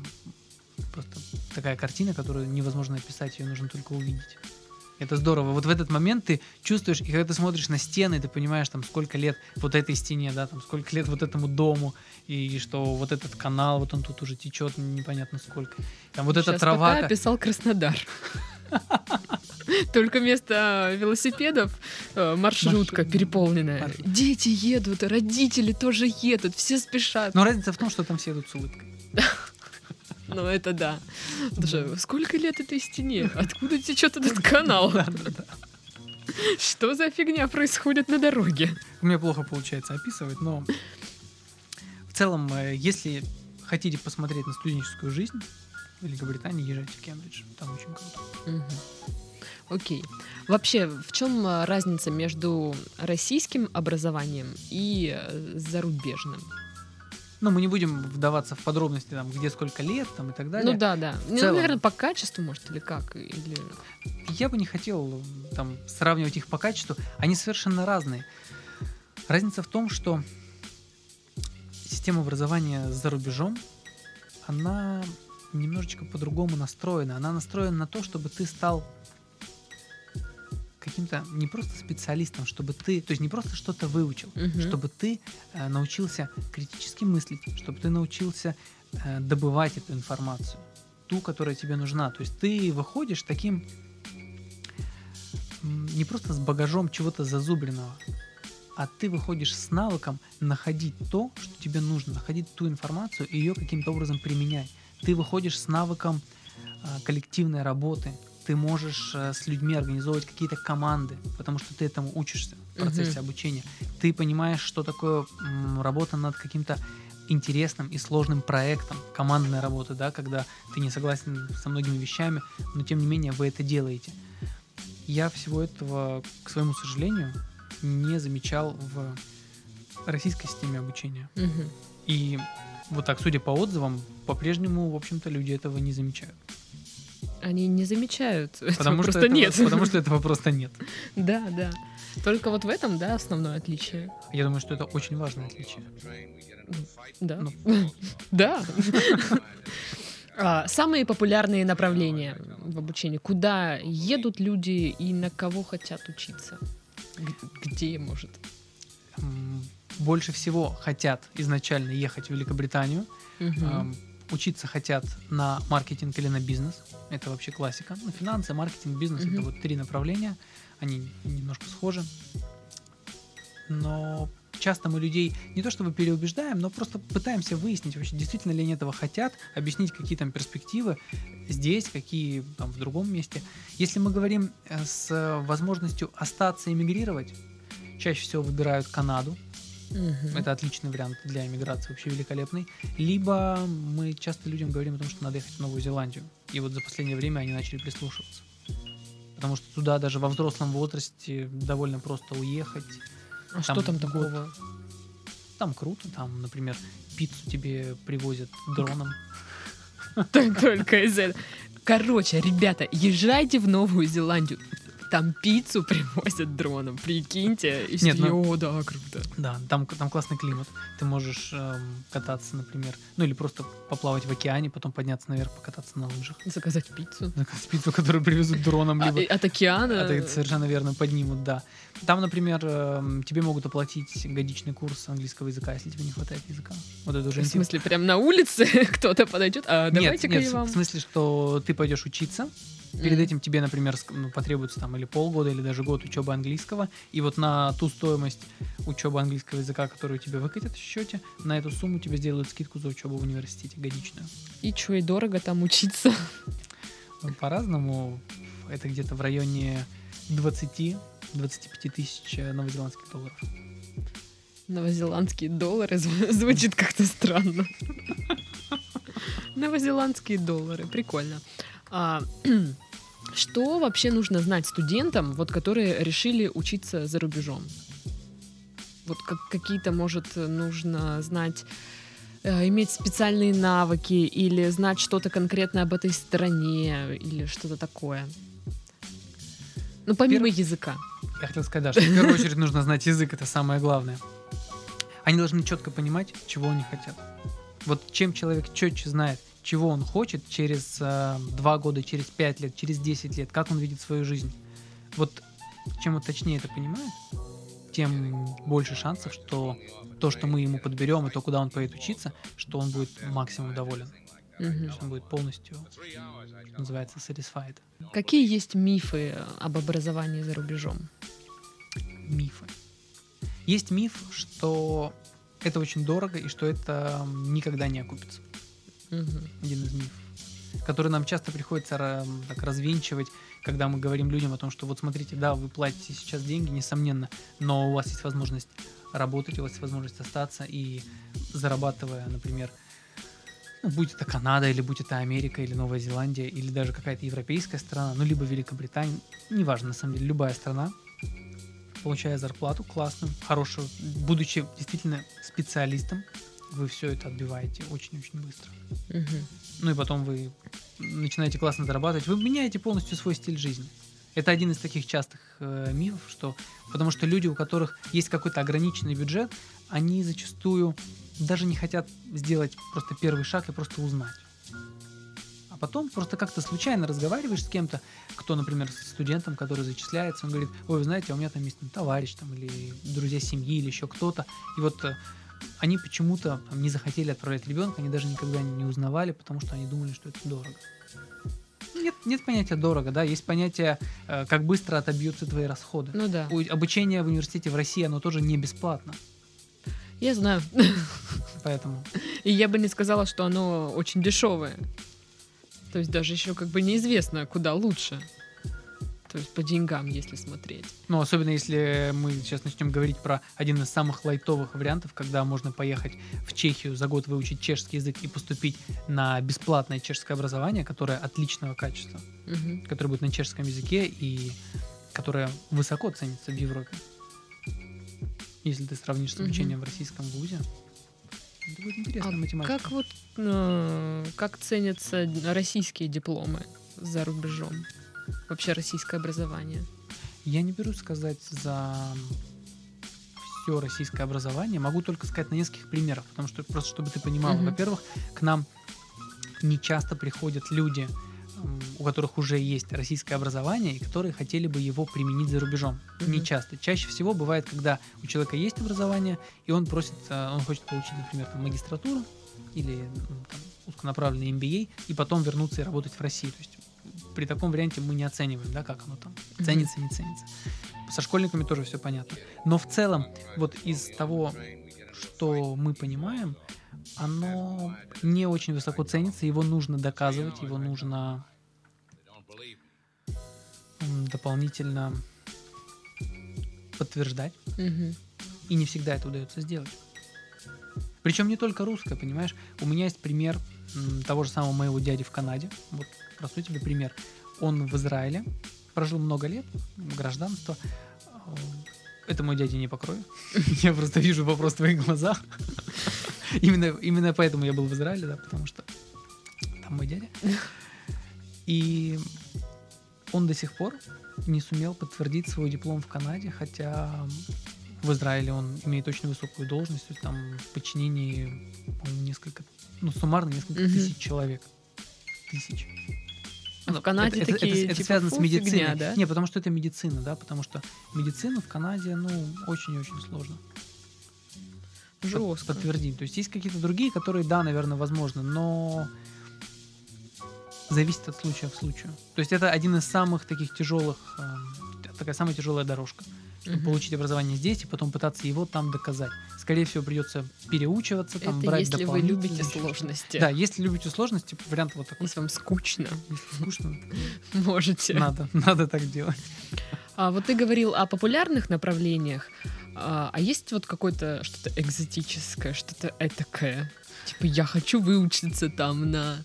такая картина, которую невозможно описать, ее нужно только увидеть. Это здорово. Вот в этот момент ты чувствуешь, и когда ты смотришь на стены, ты понимаешь, там, сколько лет вот этой стене, да, там, сколько лет вот этому дому, и что вот этот канал, вот он тут уже течет непонятно сколько. Там вот эта Щас трава. пока описал Краснодар. Только вместо велосипедов маршрутка Машина. переполненная. Маршрут. Дети едут, родители тоже едут, все спешат. Но разница в том, что там все едут с улыбкой. Ну это да. Слушай, сколько лет этой стене? Откуда течет этот канал? Да. Что за фигня происходит на дороге? У меня плохо получается описывать, но в целом, если хотите посмотреть на студенческую жизнь в Великобритании, езжайте в Кембридж. Там очень круто. Мгм. Окей. Вообще, в чем разница между российским образованием и зарубежным? Ну, мы не будем вдаваться в подробности, там, где сколько лет, там, и так далее. Ну да, да. Ну, целом. наверное, по качеству, может, или как? Или... Я бы не хотел там сравнивать их по качеству. Они совершенно разные. Разница в том, что система образования за рубежом, она немножечко по-другому настроена. Она настроена на то, чтобы ты стал каким-то не просто специалистом, чтобы ты, то есть не просто что-то выучил, Мгм. чтобы ты научился критически мыслить, чтобы ты научился добывать эту информацию, ту, которая тебе нужна. То есть ты выходишь таким не просто с багажом чего-то зазубренного, а ты выходишь с навыком находить то, что тебе нужно, находить ту информацию и ее каким-то образом применять. Ты выходишь с навыком коллективной работы, ты можешь с людьми организовывать какие-то команды, потому что ты этому учишься в процессе обучения. Ты понимаешь, что такое работа над каким-то интересным и сложным проектом, командная работа, да, когда ты не согласен со многими вещами, но тем не менее вы это делаете. Я всего этого, к своему сожалению, не замечал в российской системе обучения. Мгм. И вот так, судя по отзывам, по-прежнему, в общем-то, люди этого не замечают. Они не замечают. Этого Потому что просто этого- нет. Потому что этого просто нет. Да, да. Только вот в этом, да, основное отличие. Я думаю, что это очень важное отличие. Да. Ну. Да. Самые популярные направления в обучении? Куда едут люди и на кого хотят учиться? Где, может? Больше всего хотят изначально ехать в Великобританию. Мгм. Учиться хотят на маркетинг или на бизнес. Это вообще классика. Ну, финансы, маркетинг, бизнес — это Мгм. вот 3 направления. Они немножко схожи. Но часто мы людей не то чтобы переубеждаем, но просто пытаемся выяснить, вообще действительно ли они этого хотят, объяснить, какие там перспективы здесь, какие там в другом месте. Если мы говорим с возможностью остаться и эмигрировать, чаще всего выбирают Канаду. Мгм. Это отличный вариант для эмиграции, вообще великолепный. Либо мы часто людям говорим о том, что надо ехать в Новую Зеландию. И вот за последнее время они начали прислушиваться. Потому что туда даже во взрослом возрасте довольно просто уехать. А что там год. такого? Там круто, там, например, пиццу тебе привозят дроном. Только из этого. Короче, ребята, езжайте в Новую Зеландию. Там пиццу привозят дроном, прикиньте. И все Нет, такие, ну- о, да, круто. Да, там классный климат. Ты можешь кататься, например, ну или просто поплавать в океане, потом подняться наверх, покататься на лыжах. Заказать пиццу. Заказать пиццу, которую привезут дроном, либо От океана. это совершенно верно, поднимут, да. Там, например, тебе могут оплатить годичный курс английского языка, если тебе не хватает языка. Вот это уже В интересно. смысле, прям на улице кто-то подойдет? А давайте-ка нет, я вам. в смысле, что ты пойдешь учиться. Перед Мгм. этим тебе, например, потребуется там или полгода, или даже год учебы английского. И вот на ту стоимость учебы английского языка, которую тебе выкатят в счете, на эту сумму тебе сделают скидку за учебу в университете годичную. И чё, и дорого там учиться? По-разному. Это где-то в районе 20-25 тысяч новозеландских долларов. Новозеландские доллары звучит как-то странно. Новозеландские доллары, прикольно. Что вообще нужно знать студентам, вот, которые решили учиться за рубежом? Вот какие-то, может, нужно знать, иметь специальные навыки или знать что-то конкретно об этой стране или что-то такое? Ну, помимо языка. Я хотел сказать, да, что в первую очередь нужно знать язык, это самое главное. Они должны четко понимать, чего они хотят. Вот чем человек четче знает, чего он хочет через 2 года, через 5 лет, через 10 лет, как он видит свою жизнь. Вот чем он точнее это понимает, тем больше шансов, что то, что мы ему подберем, и то, куда он поедет учиться, что он будет максимум доволен. Мгм. Что он будет полностью, что называется, satisfied. Какие есть мифы об образовании за рубежом? Мифы. Есть миф, что это очень дорого и что это никогда не окупится. Мгм. Один из мифов, который нам часто приходится так развенчивать, когда мы говорим людям о том, что вот смотрите, да, вы платите сейчас деньги, несомненно, но у вас есть возможность работать, у вас есть возможность остаться и зарабатывая, например, ну, будь это Канада, или будь это Америка, или Новая Зеландия, или даже какая-то европейская страна, ну, либо Великобритания, неважно, на самом деле, любая страна, получая зарплату классную, хорошую, будучи действительно специалистом, вы все это отбиваете очень-очень быстро. Мгм. Ну и потом вы начинаете классно зарабатывать, вы меняете полностью свой стиль жизни. Это один из таких частых мифов, что потому что люди, у которых есть какой-то ограниченный бюджет, они зачастую даже не хотят сделать просто первый шаг и просто узнать. А потом просто как-то случайно разговариваешь с кем-то, кто, например, с студентом, который зачисляется, он говорит: ой, вы знаете, у меня там есть товарищ там, или друзья семьи, или еще кто-то. И вот они почему-то там не захотели отправлять ребенка, они даже никогда не узнавали, потому что они думали, что это дорого. Нет понятия дорого, да, есть понятие, как быстро отобьются твои расходы. Ну да. Обучение в университете в России, оно тоже не бесплатно, Я знаю. поэтому... И я бы не сказала, что оно очень дешевое. То есть даже еще как бы неизвестно, куда лучше. То есть по деньгам, если смотреть. Ну, особенно если мы сейчас начнем говорить про один из самых лайтовых вариантов, когда можно поехать в Чехию, за год выучить чешский язык и поступить на бесплатное чешское образование, которое отличного качества, Мгм. которое будет на чешском языке и которое высоко ценится в Европе. Если ты сравнишь с Мгм. обучением в российском вузе, это будет интересная А математика. как вот как ценятся российские дипломы за рубежом? Вообще российское образование? Я не берусь сказать за все российское образование, могу только сказать на нескольких примерах, потому что просто чтобы ты понимала, Мгм. во-первых, к нам не часто приходят люди у которых уже есть российское образование и которые хотели бы его применить за рубежом. Не часто. Чаще всего бывает, когда у человека есть образование, и он хочет получить, например, там, магистратуру или там, узконаправленный MBA, и потом вернуться и работать в России. То есть при таком варианте мы не оцениваем, да, как оно там ценится, не ценится. Со школьниками тоже все понятно. Но в целом, вот из того, что мы понимаем, оно не очень высоко ценится, его нужно доказывать, его нужно дополнительно подтверждать. И не всегда это удается сделать. Причем не только русское, понимаешь? У меня есть пример того же самого моего дяди в Канаде. Вот, простой тебе пример. Он в Израиле прожил много лет, гражданство. Это мой дядя не покрою. Я просто вижу вопрос в твоих глазах. Именно поэтому я был в Израиле, да, потому что там мой дядя. И он до сих пор не сумел подтвердить свой диплом в Канаде, хотя в Израиле он имеет очень высокую должность, то есть там в подчинении, по-моему, суммарно несколько тысяч человек. Тысяч. А в Канаде такие, это связано с медициной. Фигня, да? Не, потому что это медицина, да, потому что медицину в Канаде, очень-очень сложно. Жестко. Подтвердить. То есть есть какие-то другие, которые, да, наверное, возможно, но зависит от случая к случаю. То есть это один из самых таких тяжелых, такая самая тяжелая дорожка. Чтобы получить образование здесь и потом пытаться его там доказать. Скорее всего, придется переучиваться, там, это брать если вы дополнительные любите сложности. Да, если любите сложности, вариант вот такой. Если вам скучно, Если скучно, можете. надо так делать. А вот ты говорил о популярных направлениях, а есть вот какое-то что-то экзотическое, что-то этакое? Я хочу выучиться там на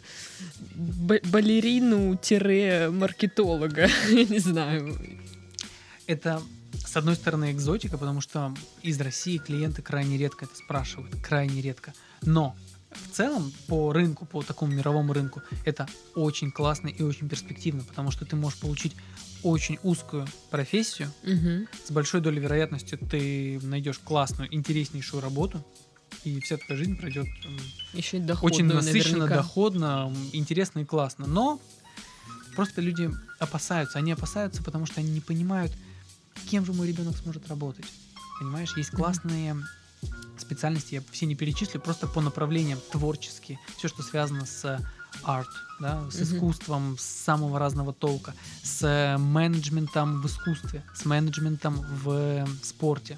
балерину-маркетолога. Я не знаю. Это, с одной стороны, экзотика, потому что из России клиенты крайне редко это спрашивают. Крайне редко. Но в целом по рынку, по такому мировому рынку, это очень классно и очень перспективно, потому что ты можешь получить очень узкую профессию. С большой долей вероятности ты найдешь классную, интереснейшую работу, и вся твоя жизнь пройдет еще и доходную, очень насыщенно, наверняка. доходно, интересно и классно. Но просто люди опасаются. Они опасаются, потому что они не понимают, кем же мой ребенок сможет работать. Понимаешь, есть классные специальности, я все не перечислю, просто по направлениям творческие. Все, что связано с арт, да, с искусством, с самого разного толка, с менеджментом в искусстве, с менеджментом в спорте.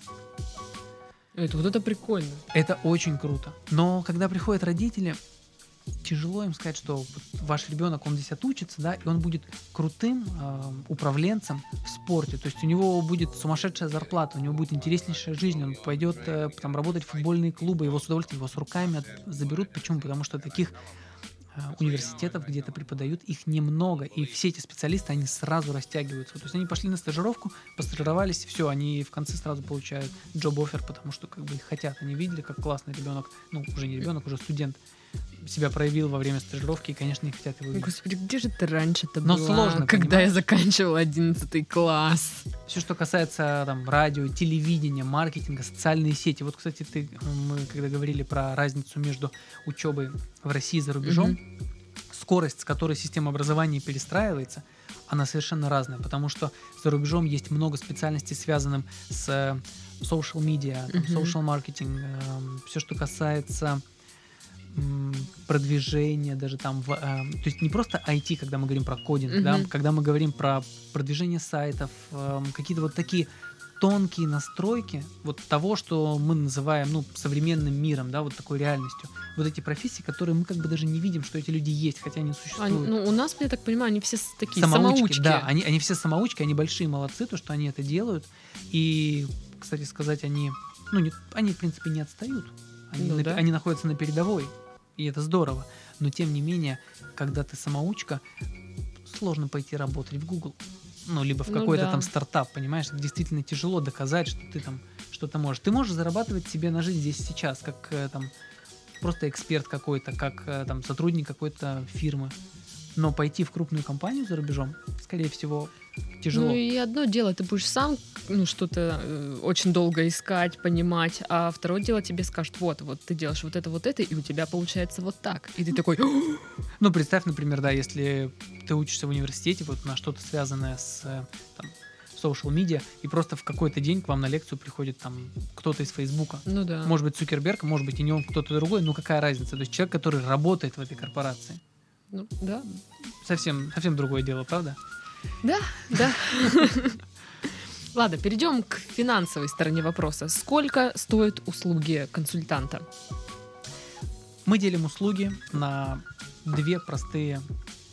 Это прикольно. Это очень круто. Но когда приходят родители, тяжело им сказать, что ваш ребенок, он здесь отучится, да, и он будет крутым управленцем в спорте. То есть у него будет сумасшедшая зарплата, у него будет интереснейшая жизнь, он пойдет там работать в футбольные клубы, его с удовольствием, его с руками заберут. Почему? Потому что таких университетов, где это преподают, их немного, и все эти специалисты, они сразу растягиваются. То есть они пошли на стажировку, постажировались, все, они в конце сразу получают job-offer, потому что как бы их хотят. Они видели, как классно ребенок, уже не ребенок, уже студент себя проявил во время стажировки, и, конечно, не хотят его видеть. Господи, где же ты раньше-то Но была, сложно, когда понимаешь? я заканчивала 11 класс? Все, что касается там радио, телевидения, маркетинга, социальные сети. Вот, кстати, мы когда говорили про разницу между учебой в России и за рубежом, скорость, с которой система образования перестраивается, она совершенно разная, потому что за рубежом есть много специальностей, связанных с social media, social marketing, все, что касается продвижение даже там, то есть не просто IT, когда мы говорим про кодинг, да, когда мы говорим про продвижение сайтов, какие-то вот такие тонкие настройки вот того, что мы называем, современным миром, да, вот такой реальностью. Вот эти профессии, которые мы как бы даже не видим, что эти люди есть, хотя они существуют. У нас, я так понимаю, они все такие самоучки. Да, они все самоучки, они большие молодцы, то, что они это делают. И, кстати сказать, они, в принципе, не отстают. Они находятся на передовой, и это здорово. Но, тем не менее, когда ты самоучка, сложно пойти работать в Google. Либо в какой-то там стартап, понимаешь? Действительно тяжело доказать, что ты там что-то можешь. Ты можешь зарабатывать себе на жизнь здесь сейчас, как там просто эксперт какой-то, как там сотрудник какой-то фирмы. Но пойти в крупную компанию за рубежом, скорее всего, тяжело. И одно дело, ты будешь сам что-то очень долго искать, понимать, а второе дело тебе скажут, вот ты делаешь вот это, и у тебя получается вот так. И ты такой... Представь, например, да, если ты учишься в университете, вот на что-то связанное с там, social media, и просто в какой-то день к вам на лекцию приходит там кто-то из Фейсбука. Ну да. Может быть, Цукерберг, может быть, и не он, кто-то другой, ну какая разница? То есть человек, который работает в этой корпорации. Ну, да. Совсем другое дело, правда? Да. Ладно, перейдем к финансовой стороне вопроса. Сколько стоят услуги консультанта? Мы делим услуги на два простых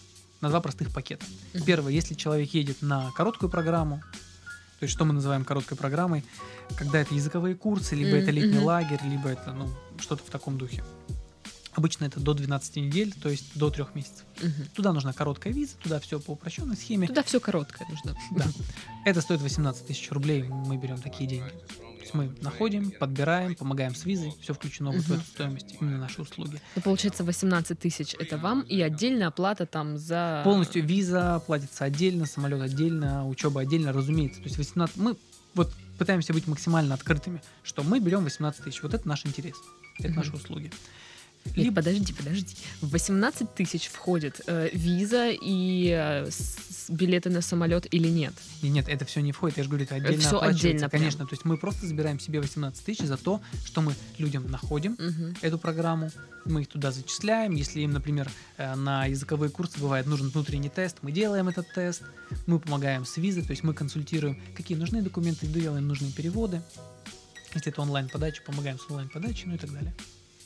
пакета. Первое, если человек едет на короткую программу, то есть что мы называем короткой программой, когда это языковые курсы, либо это летний лагерь, либо это что-то в таком духе. Обычно это до 12 недель, то есть до 3 месяцев. Туда нужна короткая виза, туда все по упрощенной схеме. Туда все короткое нужно. Да. Это стоит 18 тысяч рублей, мы берем такие деньги. То есть мы находим, подбираем, помогаем с визой, все включено вот в эту стоимость, именно наши услуги. Ну, получается, 18 тысяч это вам, и отдельная оплата там за... Полностью виза платится отдельно, самолет отдельно, учеба отдельно, разумеется. То есть 18... Мы вот пытаемся быть максимально открытыми, что мы берем 18 тысяч. Вот это наш интерес, это наши услуги. Нет, подожди. В 18 тысяч входит виза и билеты на самолет или нет? И нет, это все не входит, я же говорю, это отдельно всё оплачивается. отдельно прям. Конечно, то есть мы просто забираем себе 18 тысяч за то, что мы людям находим эту программу, мы их туда зачисляем. Если им, например, на языковые курсы бывает нужен внутренний тест, мы делаем этот тест, мы помогаем с визой, то есть мы консультируем, какие нужны документы, делаем нужные переводы. Если это онлайн-подача, помогаем с онлайн-подачей, ну и так далее.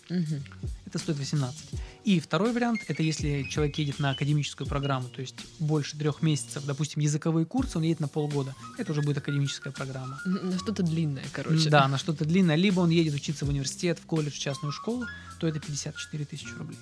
Это стоит 18. И второй вариант, это если человек едет на академическую программу, то есть больше 3 месяцев, допустим, языковые курсы, он едет на полгода, это уже будет академическая программа. На что-то длинное, короче. Да, на что-то длинное. Либо он едет учиться в университет, в колледж, в частную школу, то это 54 тысячи рублей.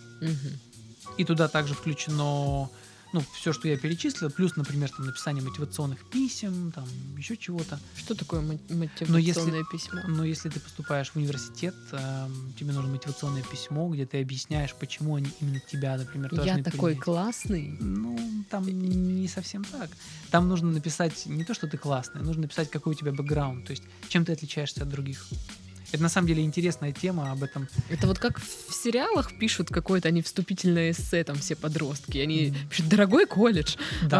И туда также включено все, что я перечислил, плюс, например, там, написание мотивационных писем, там, еще чего-то. Что такое мотивационное письмо? Но если ты поступаешь в университет, тебе нужно мотивационное письмо, где ты объясняешь, почему они именно тебя, например, должны Я такой принять. классный? Там не совсем так. Там нужно написать не то, что ты классный, нужно написать, какой у тебя бэкграунд, то есть чем ты отличаешься от других. Это на самом деле интересная тема об этом. Это вот как в сериалах пишут какое-то они вступительное эссе, там все подростки. Они пишут: дорогой колледж,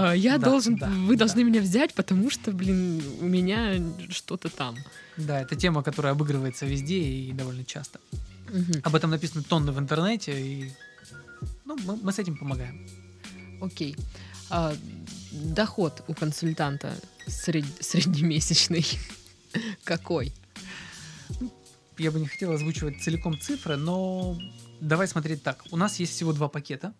вы должны меня взять, потому что, у меня что-то там. Да, это тема, которая обыгрывается везде и довольно часто. Об этом написано тонны в интернете, и мы с этим помогаем. Окей. Доход у консультанта среднемесячный какой? Я бы не хотел озвучивать целиком цифры, но давай смотреть так. У нас есть всего 2 пакета.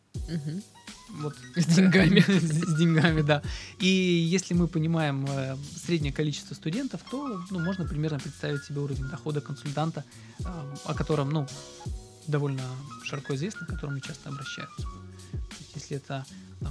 Вот. С деньгами. С деньгами, да. И если мы понимаем среднее количество студентов, то можно примерно представить себе уровень дохода консультанта, о котором довольно широко известно, к которому часто обращаются. То есть, если это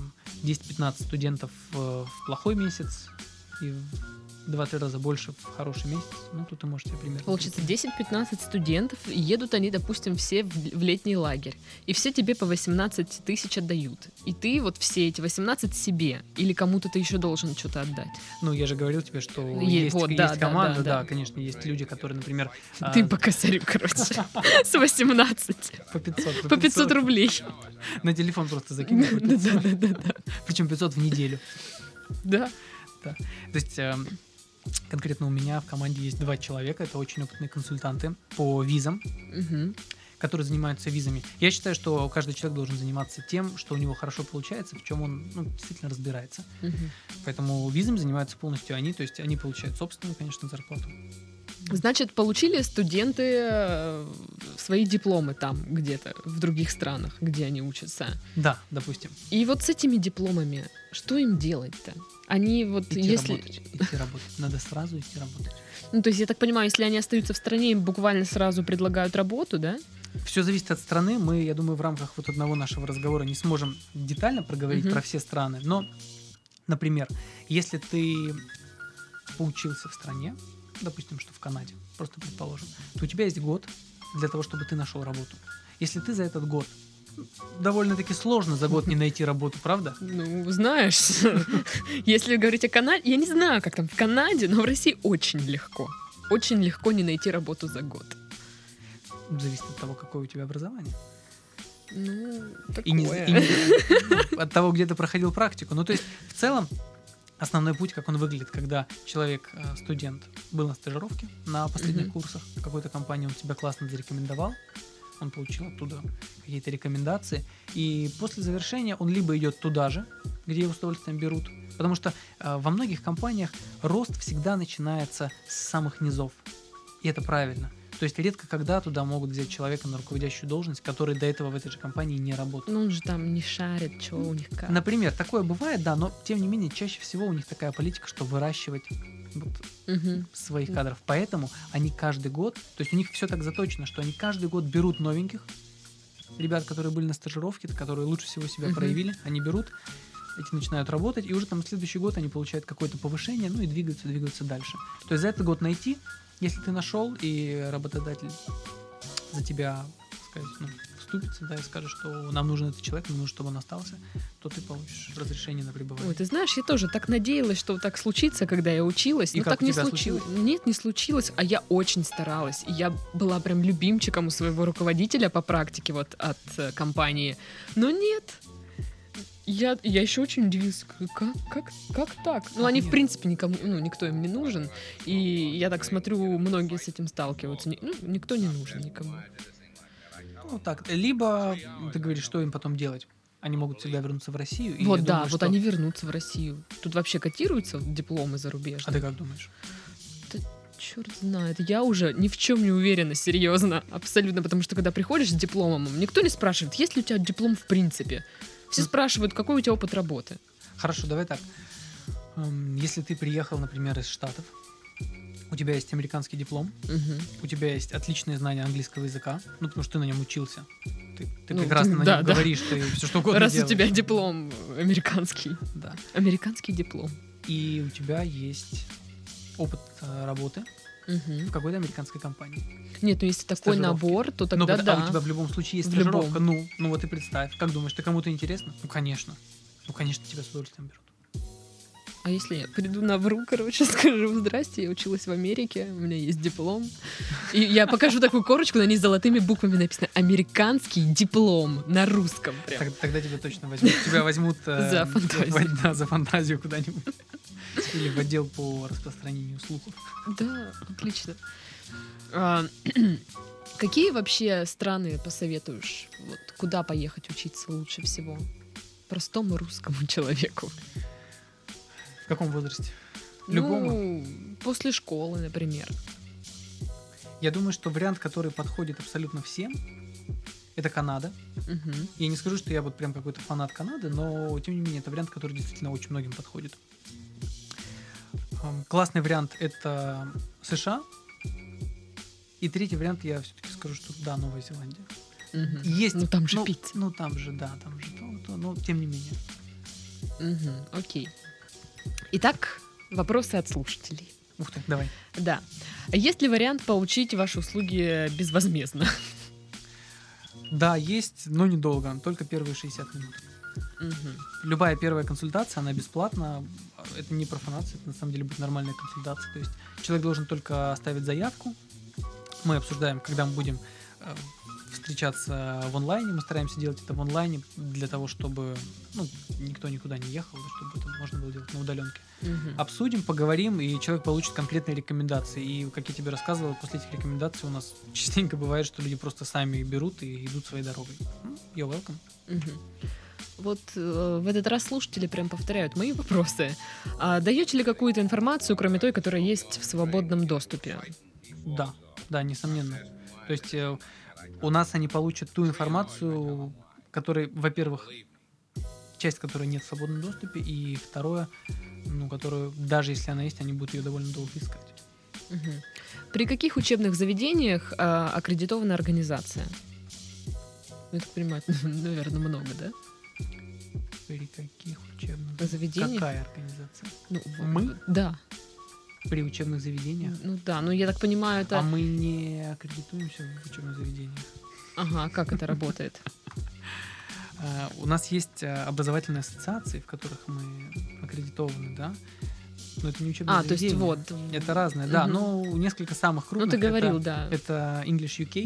10-15 студентов в плохой месяц и в 2-3 раза больше в хороший месяц, то ты можешь себе примерно... Получится 10-15 студентов, едут они, допустим, все в летний лагерь, и все тебе по 18 тысяч отдают. И ты вот все эти 18 себе, или кому-то ты еще должен что-то отдать. Я же говорил тебе, что есть команда, да, конечно, есть люди, которые, например... Ты по косарю, короче, с 18. По 500. По 500 рублей. На телефон просто закинул по 500. Да. Причем 500 в неделю. Да. То есть... Конкретно у меня в команде есть 2 человека, это очень опытные консультанты по визам, которые занимаются визами. Я считаю, что каждый человек должен заниматься тем, что у него хорошо получается, в чем он действительно разбирается. Поэтому визами занимаются полностью они, то есть они получают собственную, конечно, зарплату. Значит, получили студенты свои дипломы там где-то, в других странах, где они учатся. Да, допустим. И вот с этими дипломами, что им делать-то? Они Идти работать. Надо сразу идти работать. То есть, я так понимаю, если они остаются в стране, им буквально сразу предлагают работу, да? Все зависит от страны. Мы, я думаю, в рамках вот одного нашего разговора не сможем детально проговорить про все страны. Но, например, если ты поучился в стране, допустим, что в Канаде, просто предположим, то у тебя есть год для того, чтобы ты нашел работу. Если ты за этот год, довольно-таки сложно за год не найти работу, правда? Знаешь, если говорить о Канаде, я не знаю, как там в Канаде, но в России очень легко. Очень легко не найти работу за год. Зависит от того, какое у тебя образование. Ну, И не, такое. и не- от того, где ты проходил практику. Ну, то есть, в целом, основной путь, как он выглядит, когда человек, студент, был на стажировке на последних Мгм. курсах в какой-то компании, он тебя классно зарекомендовал, он получил оттуда какие-то рекомендации, и после завершения он либо идет туда же, где его с удовольствием берут, потому что во многих компаниях рост всегда начинается с самых низов, и это правильно. То есть редко когда туда могут взять человека на руководящую должность, который до этого в этой же компании не работал. Ну, он же там не шарит, что у них как. Например, такое бывает, да, но тем не менее чаще всего у них такая политика, что выращивать вот Мгм. своих кадров. Поэтому они каждый год, то есть у них все так заточено, что они каждый год берут новеньких ребят, которые были на стажировке, которые лучше всего себя Мгм. проявили, они берут, эти начинают работать, и уже там в следующий год они получают какое-то повышение, ну и двигаются дальше. То есть за этот год найти, если ты нашел, и работодатель за тебя, так сказать, ну, вступится, да, и скажет, что нам нужен этот человек, нам нужно, чтобы он остался, то ты получишь разрешение на пребывание. Ой, ты знаешь, я тоже так надеялась, что так случится, когда я училась. И Но как так у не тебя случилось. Нет, не случилось, а я очень старалась. И я была прям любимчиком у своего руководителя по практике вот от компании. Но нет. Я еще очень удивилась, как так? Ну, они, в Нет. принципе, никому, ну, никто им не нужен. И я так смотрю, многие с этим сталкиваются. Ну, никто не нужен никому. Ну, так. Либо ты говоришь, что им потом делать. Они могут всегда вернуться в Россию. И Вот я да, думаю, вот что- они вернутся в Россию. Тут вообще котируются дипломы А зарубежные? ты как думаешь? Черт знает, я уже ни в чем не уверена, серьезно, абсолютно, потому что когда приходишь с дипломом, никто не спрашивает, есть ли у тебя диплом в принципе. Все Ну. спрашивают, какой у тебя опыт работы. Хорошо, давай так. Если ты приехал, например, из Штатов, у тебя есть американский диплом, Мгм. у тебя есть отличные знания английского языка, ну, потому что ты на нем учился. Ты Ну, прекрасно на да, нем да. говоришь, ты все что угодно Раз у делаешь. тебя диплом американский. Да. Американский диплом. И у тебя есть опыт работы Мгм. в какой-то американской компании. Нет, ну если такой Стажировки. набор, то Ну, тогда а да. у тебя в любом случае есть В любом. стажировка. Ну вот и представь. Как думаешь, ты кому-то интересно? Ну, конечно. Ну, конечно, тебя с удовольствием берут. А если я приду навру, короче, скажу, здрасте, я училась в Америке, у меня есть диплом. И я покажу такую корочку, на ней золотыми буквами написано «Американский диплом» на русском прям. Тогда тебя точно возьмут. Тебя возьмут За фантазию. да, за фантазию куда-нибудь. Или в отдел по распространению слухов. Да, отлично. А, какие вообще страны посоветуешь? Вот куда поехать учиться лучше всего? Простому русскому человеку. В каком возрасте? Любому. Ну, после школы, например. Я думаю, что вариант, который подходит абсолютно всем, это Канада. Мгм. Я не скажу, что я вот прям какой-то фанат Канады, но тем не менее это вариант, который действительно очень многим подходит. Классный вариант это США. И третий вариант я все-таки скажу, что да, Новая Зеландия. Мгм. Есть. Ну там же пицца. Ну там же, да, там же то, но тем не менее. Мгм, окей. Итак, вопросы от слушателей. Ух ты, давай. Да. Есть ли вариант получить ваши услуги безвозмездно? Да, есть, но недолго, только первые 60 минут. Мгм. Любая первая консультация, она бесплатна. Это не профанация, это на самом деле будет нормальная консультация. То есть человек должен только оставить заявку. Мы обсуждаем, когда мы будем встречаться в онлайне. Мы стараемся делать это в онлайне для того, чтобы никто никуда не ехал, да, чтобы это можно было делать на удаленке. Мгм. Обсудим, поговорим, и человек получит конкретные рекомендации. И, как я тебе рассказывал, после этих рекомендаций у нас частенько бывает, что люди просто сами берут и идут своей дорогой. You're welcome. Мгм. Вот в этот раз слушатели прям повторяют мои вопросы. А даете ли какую-то информацию, кроме той, которая есть в свободном доступе? Да, несомненно. То есть у нас они получат ту информацию, которой, во-первых, часть которой нет в свободном доступе, и второе, которую, даже если она есть, они будут ее довольно долго искать. Мгм. При каких учебных заведениях аккредитована организация? Я так понимаю, наверное, много, да? При каких учебных... Заведениях? Какая организация? Ну, Мы? Да. При учебных заведениях? Ну да, ну я так понимаю, это... А мы не аккредитуемся в учебных заведениях. Ага, как это работает? У нас есть образовательные ассоциации, в которых мы аккредитованы, да? Но это не учебные То есть заведения. вот. Это разное, да. Мгм. Но несколько самых Ну крупных. ты говорил, да. Это English UK,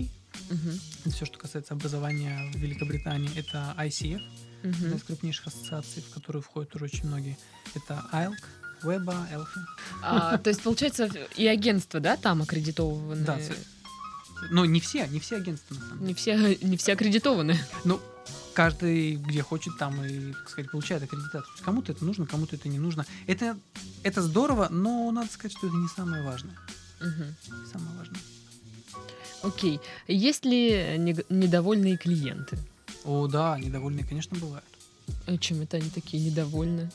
Мгм. Это все, что касается образования в Великобритании. Это ICF, одна Мгм. из крупнейших ассоциаций, в которую входят тоже очень многие. Это IELC, WEBA, ELFI. То есть, получается, и агентства, да, там аккредитованы? Да, но не все агентства, на самом деле. Не все аккредитованы. Ну, каждый, где хочет, там и, так сказать, получает аккредитацию. То есть кому-то это нужно, кому-то это не нужно. Это здорово, но надо сказать, что это не самое важное. Мгм. Не самое важное. Окей. Есть ли недовольные клиенты? О, да, недовольные, конечно, бывают. Чем это они такие недовольны?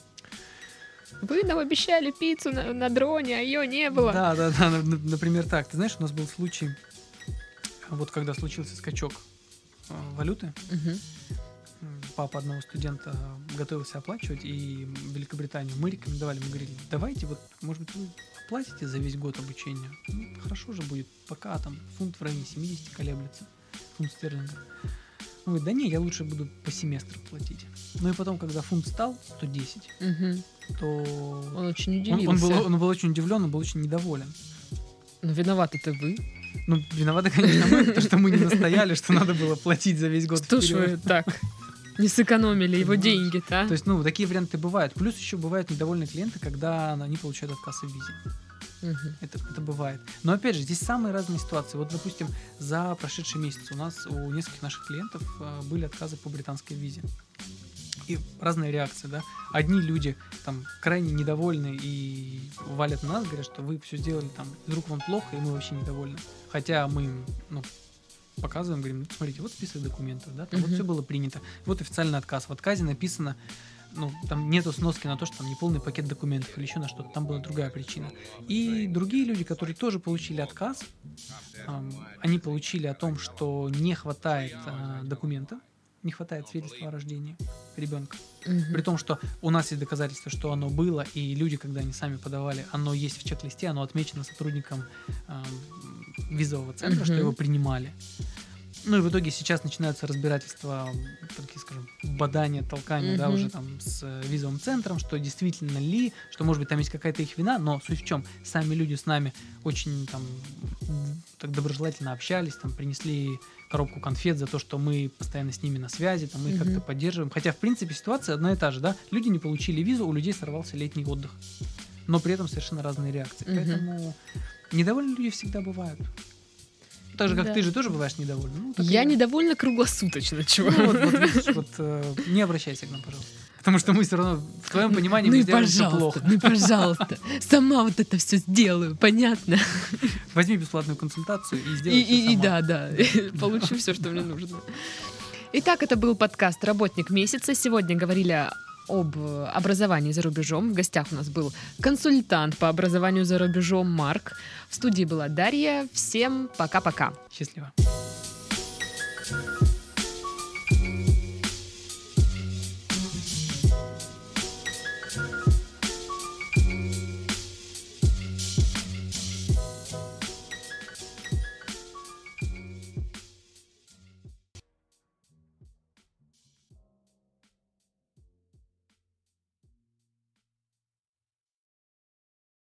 Вы нам обещали пиццу на дроне, а ее не было. Да. Например, так. Ты знаешь, у нас был случай, вот когда случился скачок валюты, Мгм. папа одного студента готовился оплачивать, и в Великобританию мы рекомендовали, мы говорили, давайте, вот, может быть, вы оплатите за весь год обучения. Ну, хорошо же будет, пока там фунт в районе 70 колеблется, фунт стерлинга. Он говорит, да не, я лучше буду по семестру платить. Ну и потом, когда фунт стал 110, Мгм. то Он очень он удивился. был очень удивлен, он был очень недоволен. Но виноваты-то вы. Ну, виноваты, конечно, мы, потому что мы не настояли, что надо было платить за весь год Что ж вперед. вы так не сэкономили его Понимаешь? деньги-то, а? То есть, ну, такие варианты бывают. Плюс еще бывают недовольные клиенты, когда они получают отказ в визе. Мгм. Это бывает. Но опять же, здесь самые разные ситуации. Вот, допустим, за прошедший месяц у нескольких наших клиентов были отказы по британской визе. И разные реакции, да. Одни люди там крайне недовольны и валят на нас, говорят, что вы все сделали там из рук вон плохо, и мы вообще недовольны. Хотя мы им, показываем, говорим, смотрите, вот список документов, да, там вот Мгм. все было принято. Вот официальный отказ. В отказе написано, там нету сноски на то, что там неполный пакет документов или еще на что-то. Там была другая причина. И другие люди, которые тоже получили отказ, они получили о том, что не хватает документа, не хватает свидетельства о рождении ребенка. Мгм. При том, что у нас есть доказательства, что оно было, и люди, когда они сами подавали, оно есть в чек-листе, оно отмечено сотрудником визового центра, что Мгм. его принимали. Ну и в итоге сейчас начинаются разбирательства, такие, скажем, бадания, толкания, да, Мгм. уже там с визовым центром, что действительно ли, что, может быть, там есть какая-то их вина, но суть в чем, сами люди с нами очень там так доброжелательно общались, там принесли коробку конфет за то, что мы постоянно с ними на связи, там мы их Мгм. как-то поддерживаем. Хотя, в принципе, ситуация одна и та же, да, люди не получили визу, у людей сорвался летний отдых, но при этом совершенно разные реакции. Мгм. Поэтому недовольные люди всегда бывают. Так же, как Да. ты же тоже бываешь недовольна. Ну, так и Я я. недовольна круглосуточно, чего? Ну, вот видишь, не обращайся к нам, пожалуйста. Потому что мы все равно, в твоем понимании, Ну мы и сделаем все пожалуйста, плохо. ну и пожалуйста. Сама вот это все сделаю, понятно? Возьми бесплатную консультацию и сделай все И сама. да, получу все, что мне нужно. Итак, это был подкаст «Работник месяца». Сегодня говорили об образовании за рубежом. В гостях у нас был консультант по образованию за рубежом Марк. В студии была Дарья. Всем пока-пока. Счастливо.